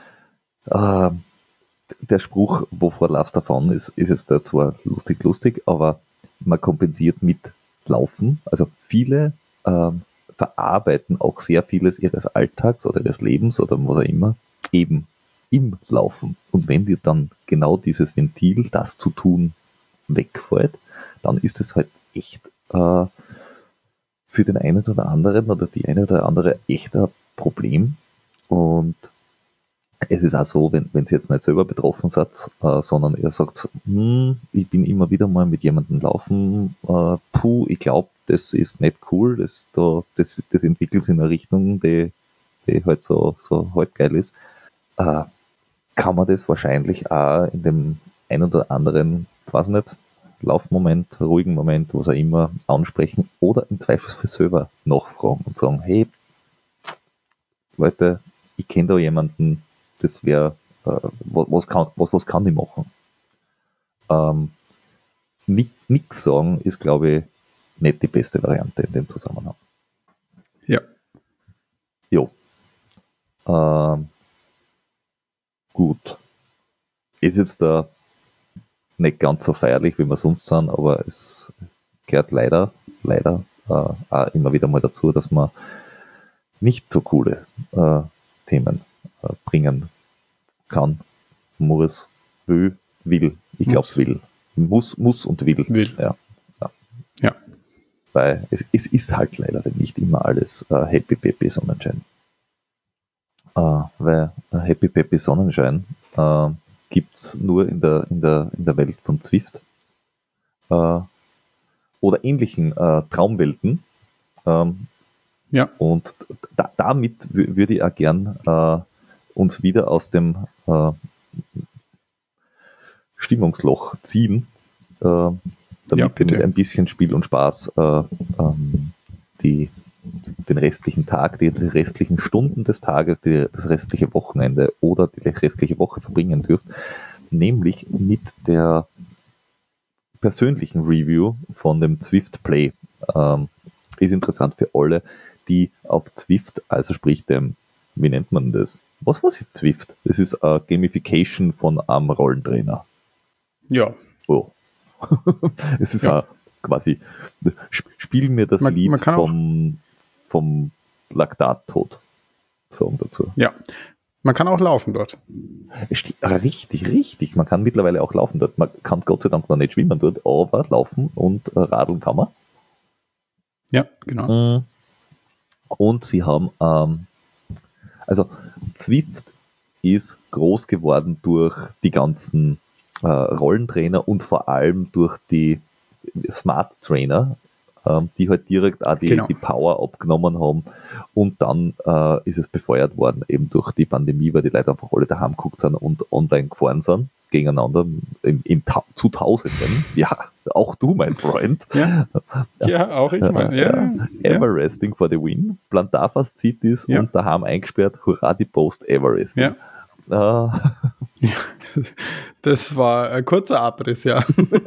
äh, der Spruch, wovor laufst du davon, ist, ist jetzt da zwar lustig, lustig, aber man kompensiert mit Laufen. Also viele ähm, verarbeiten auch sehr vieles ihres Alltags oder ihres Lebens oder was auch immer eben im Laufen. Und wenn dir dann genau dieses Ventil, das zu tun, wegfällt, dann ist es halt echt äh, für den einen oder anderen oder die eine oder andere echt ein Problem. Und es ist auch so, wenn wenn ihr jetzt nicht selber betroffen seid, äh, sondern ihr sagt, hm, ich bin immer wieder mal mit jemandem laufen, äh, puh, ich glaube, das ist nicht cool, das, da, das, das entwickelt sich in eine Richtung, die, die halt so, so halt geil ist, äh, kann man das wahrscheinlich auch in dem ein oder anderen, weiß nicht, Laufmoment, ruhigen Moment, was auch immer, ansprechen oder im Zweifelsfall selber nachfragen und sagen, hey, Leute, ich kenne da jemanden, das wäre, äh, was, was, kann, was, was kann ich machen? Ähm, Nichts sagen ist, glaube ich, nicht die beste Variante in dem Zusammenhang. Ja. Jo. Ähm, gut. Ist jetzt da nicht ganz so feierlich, wie wir sonst sind, aber es gehört leider, leider äh, auch immer wieder mal dazu, dass man nicht so coole äh, Themen äh, bringen kann, muss, will, will. Ich glaube, will. Muss, muss und will. Will. Ja. Ja. Ja. Weil es, es ist halt leider nicht immer alles äh, Happy Peppy Sonnenschein. Äh, weil äh, Happy Peppy Sonnenschein äh, gibt es nur in der, in, der, in der Welt von Zwift äh, oder ähnlichen äh, Traumwelten. Ähm, ja. Und da, damit w- würde ich auch gern äh, uns wieder aus dem äh, Stimmungsloch ziehen, äh, damit Ja, bitte. mit ein bisschen Spiel und Spaß äh, ähm, die, den restlichen Tag, die, die restlichen Stunden des Tages, die, das restliche Wochenende oder die restliche Woche verbringen dürft, nämlich mit der persönlichen Review von dem Zwift Play. Ähm, ist interessant für alle, die auf Zwift, also sprich dem, wie nennt man das? Was, was ist Zwift? Das ist eine Gamification von einem Rollentrainer. Ja. Oh. Es ist Ja. auch quasi, spiel mir das Man- Lied man kann auch- vom, vom Laktattod. Sagen dazu. Ja. Man kann auch laufen dort. Es steht- ah, Richtig, richtig. Man kann mittlerweile auch laufen dort. Man kann Gott sei Dank noch nicht schwimmen dort, aber laufen und äh, radeln kann man. Ja, genau. Mm. Und sie haben, ähm, also Zwift ist groß geworden durch die ganzen äh, Rollentrainer und vor allem durch die Smart Trainer, ähm, die halt direkt auch die, Genau. die Power abgenommen haben. Und dann äh, ist es befeuert worden eben durch die Pandemie, weil die Leute einfach alle daheim geguckt sind und online gefahren sind. gegeneinander in, in ta- zu Tausenden. Ja, auch du, mein Freund. Ja, ja auch ich meine. Ja, Everesting ja. for the win, Plantar Faszitis ja. und daheim eingesperrt, hurra die Post-Everesting. Ja. Äh, das war ein kurzer Abriss, ja.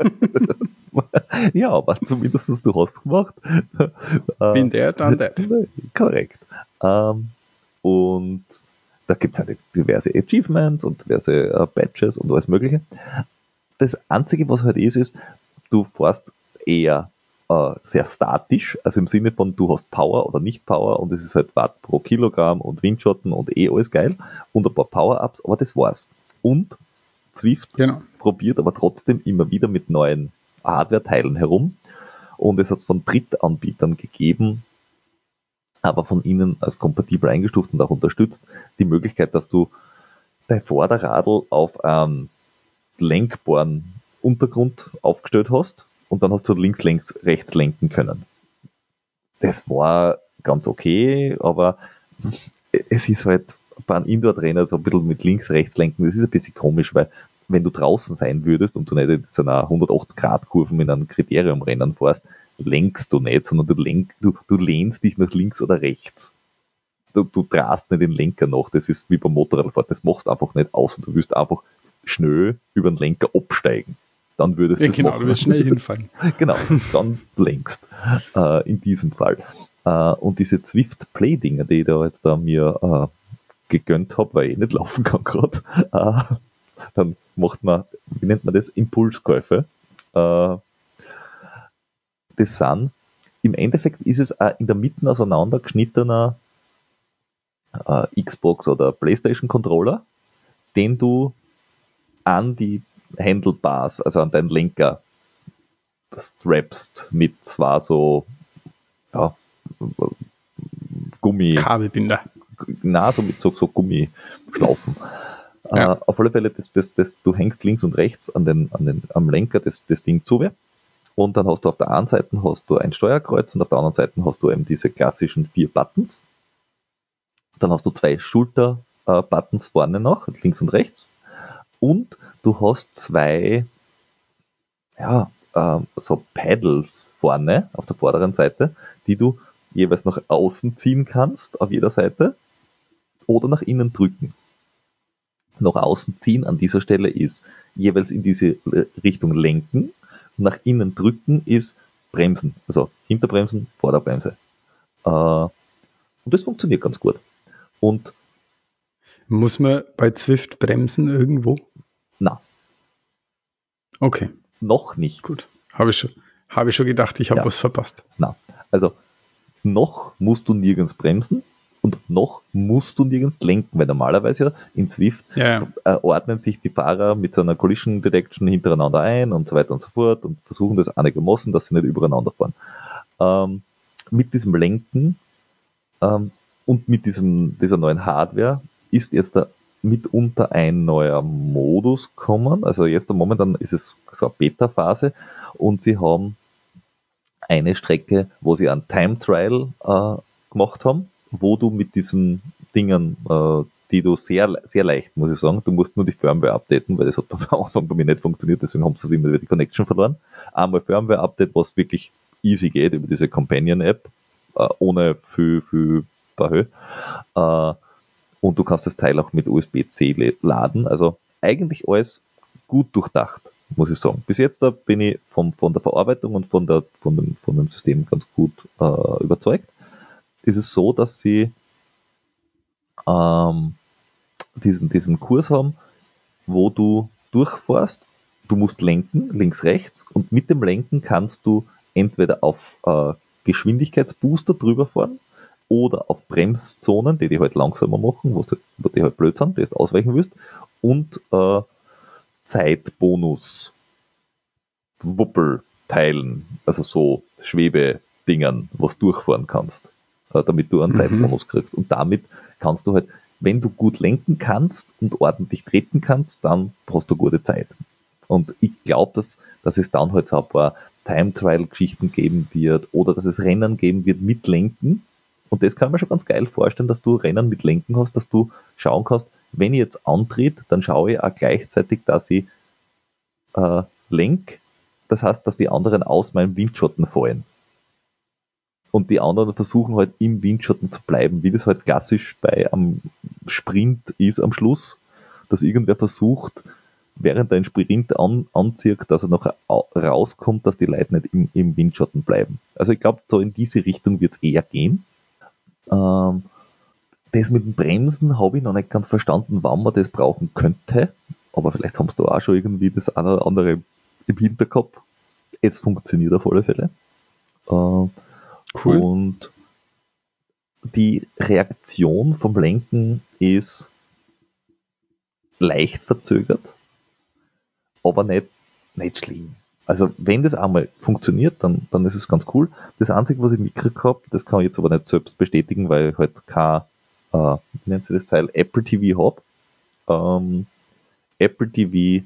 Ja, aber zumindest du hast es gemacht. Bin der, dann der. Korrekt. Ähm, und da gibt es halt diverse Achievements und diverse äh, Badges und alles Mögliche. Das Einzige, was halt ist, ist, du fährst eher äh, sehr statisch, also im Sinne von, du hast Power oder nicht Power und es ist halt Watt pro Kilogramm und Windschatten und eh alles geil und ein paar Power-Ups, aber das war's. Und Zwift genau. probiert aber trotzdem immer wieder mit neuen Hardware-Teilen herum und es hat es von Drittanbietern gegeben, aber von ihnen als kompatibel eingestuft und auch unterstützt, die Möglichkeit, dass du dein Vorderradl auf einen lenkbaren Untergrund aufgestellt hast und dann hast du links, links, rechts lenken können. Das war ganz okay, aber es ist halt bei einem Indoor-Trainer so ein bisschen mit links, rechts lenken, das ist ein bisschen komisch, weil wenn du draußen sein würdest und du nicht in so einer hundertachtzig-Grad-Kurve mit einem Kriteriumrennen fährst, lenkst du nicht, sondern du, lenk, du, du lehnst dich nach links oder rechts. Du, du drast nicht den Lenker nach, das ist wie beim Motorradfahren, das machst du einfach nicht, außer du willst einfach schnell über den Lenker absteigen. Dann würdest du ja, das genau, machen. du wirst schnell hinfallen. Genau, dann lenkst. Äh, in diesem Fall. Äh, und diese Zwift-Play-Dinger, die ich da jetzt da mir äh, gegönnt habe, weil ich nicht laufen kann gerade, äh, dann macht man, wie nennt man das, Impulskäufe. Äh, das sind, im Endeffekt ist es ein in der Mitte auseinander geschnittener äh, Xbox oder Playstation Controller, den du an die Handlebars, also an deinen Lenker strappst mit zwar so ja, Gummi. Kabelbinder. Na, so mit so, so Gummischlaufen. Ja. Äh, auf alle Fälle, das, das, das, du hängst links und rechts an den, an den, am Lenker das, das Ding zu. Und dann hast du auf der einen Seite hast du ein Steuerkreuz und auf der anderen Seite hast du eben diese klassischen vier Buttons. Dann hast du zwei Schulter-Buttons vorne noch, links und rechts. Und du hast zwei, ja, äh, so Paddles vorne auf der vorderen Seite, die du jeweils nach außen ziehen kannst, auf jeder Seite, oder nach innen drücken. Nach außen ziehen an dieser Stelle ist jeweils in diese Richtung lenken, nach innen drücken ist bremsen, also Hinterbremsen, Vorderbremse. Äh, und das funktioniert ganz gut. Und muss man bei Zwift bremsen irgendwo? Na. Okay. Noch nicht. Gut. Habe ich schon, habe ich schon gedacht, ich habe ja. was verpasst. Na. Also noch musst du nirgends bremsen und noch musst du nirgends lenken, weil normalerweise ja in Zwift ja, ja. Äh, ordnen sich die Fahrer mit so einer Collision Detection hintereinander ein und so weiter und so fort und versuchen das einigermaßen, dass sie nicht übereinander fahren. Ähm, mit diesem Lenken ähm, und mit diesem, dieser neuen Hardware ist jetzt da mitunter ein neuer Modus gekommen. Also jetzt momentan ist es so eine Beta-Phase und sie haben eine Strecke, wo sie einen Time Trial äh, gemacht haben, wo du mit diesen Dingen, äh, die du sehr, sehr leicht, muss ich sagen, du musst nur die Firmware updaten, weil das hat am Anfang bei mir nicht funktioniert, deswegen haben sie immer wieder die Connection verloren. Einmal Firmware-Update, was wirklich easy geht über diese Companion-App, äh, ohne viel, viel Bahö. Äh, und du kannst das Teil auch mit U S B C laden, also eigentlich alles gut durchdacht, muss ich sagen. Bis jetzt da bin ich vom, von der Verarbeitung und von, der, von, dem, von dem System ganz gut äh, überzeugt. Ist es so, dass sie ähm, diesen, diesen Kurs haben, wo du durchfährst, du musst lenken, links, rechts, und mit dem Lenken kannst du entweder auf äh, Geschwindigkeitsbooster drüber fahren oder auf Bremszonen, die die halt langsamer machen, wo, wo die halt blöd sind, die du ausweichen willst, und äh, Zeitbonus Wuppelteilen, also so Schwebedingern, was durchfahren kannst, äh, damit du einen mhm. Zeitbonus kriegst. Und damit kannst du halt, wenn du gut lenken kannst und ordentlich treten kannst, dann hast du gute Zeit. Und ich glaube, dass, dass es dann halt so ein paar Time-Trial-Geschichten geben wird oder dass es Rennen geben wird mit Lenken. Und das kann man schon ganz geil vorstellen, dass du Rennen mit Lenken hast, dass du schauen kannst, wenn ich jetzt antritt, dann schaue ich auch gleichzeitig, dass ich äh, lenk. Das heißt, dass die anderen aus meinem Windschatten fallen. Und die anderen versuchen halt im Windschatten zu bleiben, wie das halt klassisch bei einem Sprint ist am Schluss, dass irgendwer versucht, während er einen Sprint an, anzieht, dass er noch rauskommt, dass die Leute nicht im, im Windschatten bleiben. Also ich glaube, so in diese Richtung wird es eher gehen. Ähm, das mit dem Bremsen habe ich noch nicht ganz verstanden, wann man das brauchen könnte, aber vielleicht haben du auch schon irgendwie das eine oder andere im Hinterkopf. Es funktioniert auf alle Fälle. Äh, cool. Und die Reaktion vom Lenken ist leicht verzögert, aber nicht, nicht schlimm. Also wenn das einmal funktioniert, dann, dann ist es ganz cool. Das Einzige, was ich mitgekriegt habe, das kann ich jetzt aber nicht selbst bestätigen, weil ich halt kein, äh, wie nennt sich das Teil, Apple T V habe. Ähm, Apple T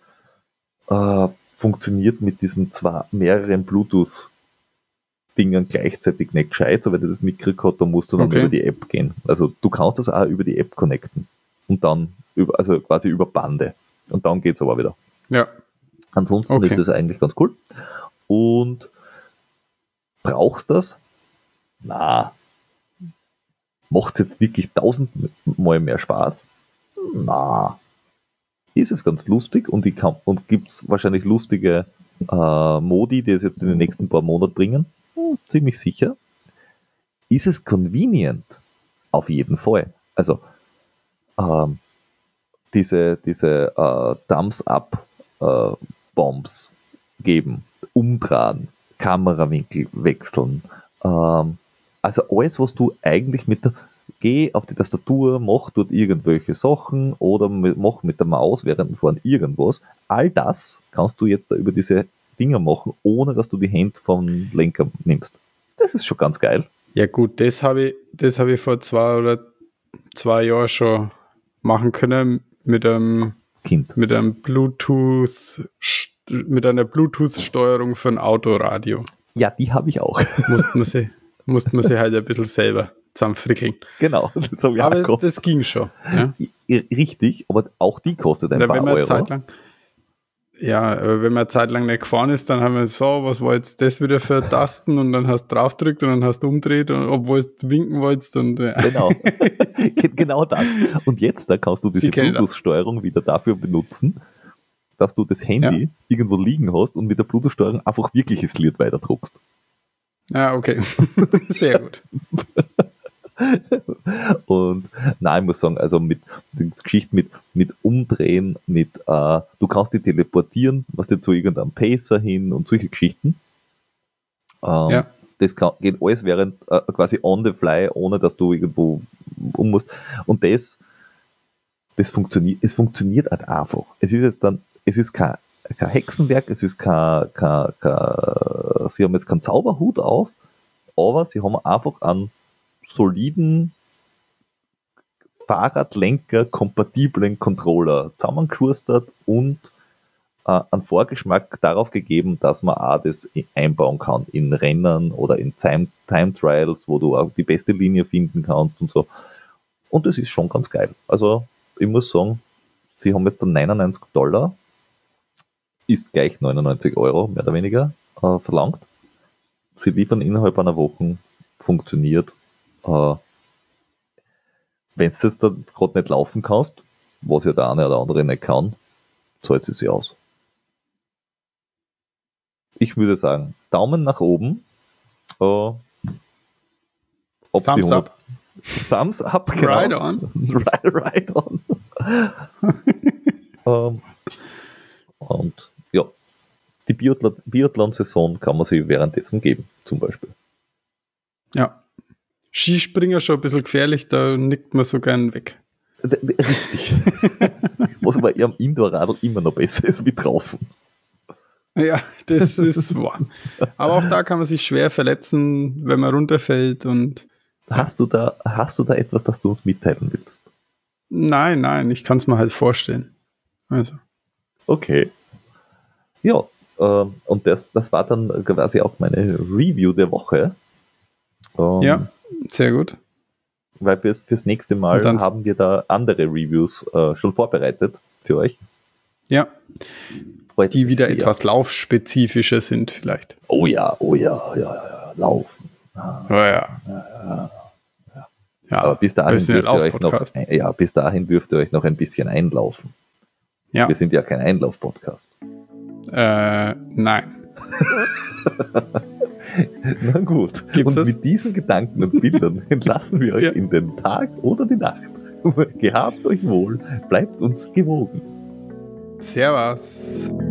V äh, funktioniert mit diesen zwei mehreren Bluetooth-Dingern gleichzeitig nicht gescheit, aber wenn du das mitgekriegt hast, dann musst du dann okay. über die App gehen. Also du kannst das auch über die App connecten und dann, über, also quasi über Bande. Und dann geht's aber wieder. Ja. Ansonsten okay. ist das eigentlich ganz cool. Und brauchst du das? Na, macht es jetzt wirklich tausendmal mehr Spaß? Na, ist es ganz lustig und, ich kann, und gibt es wahrscheinlich lustige äh, Modi, die es jetzt in den nächsten paar Monaten bringen? Hm, ziemlich sicher. Ist es convenient? Auf jeden Fall. Also, ähm, diese, diese äh, Thumbs-up äh, Bombs geben, umdrehen, Kamerawinkel wechseln, ähm, also alles, was du eigentlich mit der, geh auf die Tastatur, mach dort irgendwelche Sachen oder mit, mach mit der Maus während dem Fahren irgendwas, all das kannst du jetzt da über diese Dinger machen, ohne dass du die Hände vom Lenker nimmst. Das ist schon ganz geil. Ja gut, das habe ich, das habe ich vor zwei oder zwei Jahren schon machen können mit einem Kind. Mit einem Bluetooth, mit einer Bluetooth-Steuerung für ein Autoradio. Ja, die habe ich auch. Musste man sie, musste man sie halt ein bisschen selber zusammenfrickeln. Genau. Das habe ich aber auch gehabt. Das ging schon. Ja? Richtig, aber auch die kostet ein ja, paar wenn man Euro. Zeit lang, ja, aber wenn man eine Zeit lang nicht gefahren ist, dann haben wir so, was war jetzt das wieder für Tasten und dann hast du draufgedrückt und dann hast du umgedreht, und obwohl du winken wolltest. Und, ja. Genau, genau das. Und jetzt da kannst du diese Bluetooth-Steuerung wieder dafür benutzen, dass du das Handy ja. irgendwo liegen hast und mit der Bluetooth-Steuerung einfach wirkliches Lied weiterdruckst. Ah, okay. Sehr gut. Und nein, ich muss sagen, also mit die Geschichte mit, mit Umdrehen, mit äh, du kannst dich teleportieren, was dir zu irgendeinem Pacer hin und solche Geschichten. Ähm, ja. Das kann, geht alles während äh, quasi on the fly, ohne dass du irgendwo um musst. Und das, das funktioniert, es funktioniert halt einfach. Es ist jetzt dann, es ist kein, kein Hexenwerk, es ist kein, kein, kein, sie haben jetzt keinen Zauberhut auf, aber sie haben einfach einen soliden Fahrradlenker-kompatiblen Controller zusammengeschustert und äh, einen Vorgeschmack darauf gegeben, dass man auch das einbauen kann in Rennen oder in Time, Time Trials, wo du auch die beste Linie finden kannst und so. Und das ist schon ganz geil. Also ich muss sagen, sie haben jetzt dann neunundneunzig Dollar, ist gleich neunundneunzig Euro, mehr oder weniger, äh, verlangt. Sie liefern innerhalb einer Woche, funktioniert. Uh, wenn du jetzt gerade nicht laufen kannst, was ja der eine oder andere nicht kann, zahlt sie sich aus. Ich würde sagen, Daumen nach oben. Uh, ob Thumbs up. Thumbs up, genau. Right on. right, right on. um, und ja, die Biathlon- Biathlon-Saison kann man sich währenddessen geben, zum Beispiel. Ja. Skispringer schon ein bisschen gefährlich, da nickt man so gern weg. Richtig. Was aber am Indoor-Radl immer noch besser ist wie draußen. Ja, das ist wahr. Aber auch da kann man sich schwer verletzen, wenn man runterfällt. Und hast du da, hast du da etwas, das du uns mitteilen willst? Nein, nein, ich kann es mir halt vorstellen. Also. Okay. Ja, äh, und das, das war dann quasi auch meine Review der Woche. Ähm, ja. Sehr gut. weil fürs, fürs nächste Mal haben wir da andere Reviews äh, schon vorbereitet für euch. Ja, Freut die mich wieder sehr. etwas laufspezifischer sind vielleicht. Oh ja, oh ja, ja, ja, laufen. Ah. Oh ja. Ja, ja. Aber bis dahin, wir dürft ihr euch noch, ja, bis dahin dürft ihr euch noch ein bisschen einlaufen. Ja. Wir sind ja kein Einlauf-Podcast. Äh, nein. Na gut. Gibt's und das? mit diesen Gedanken und Bildern entlassen wir euch Ja. in den Tag oder die Nacht. Gehabt euch wohl, bleibt uns gewogen. Servus.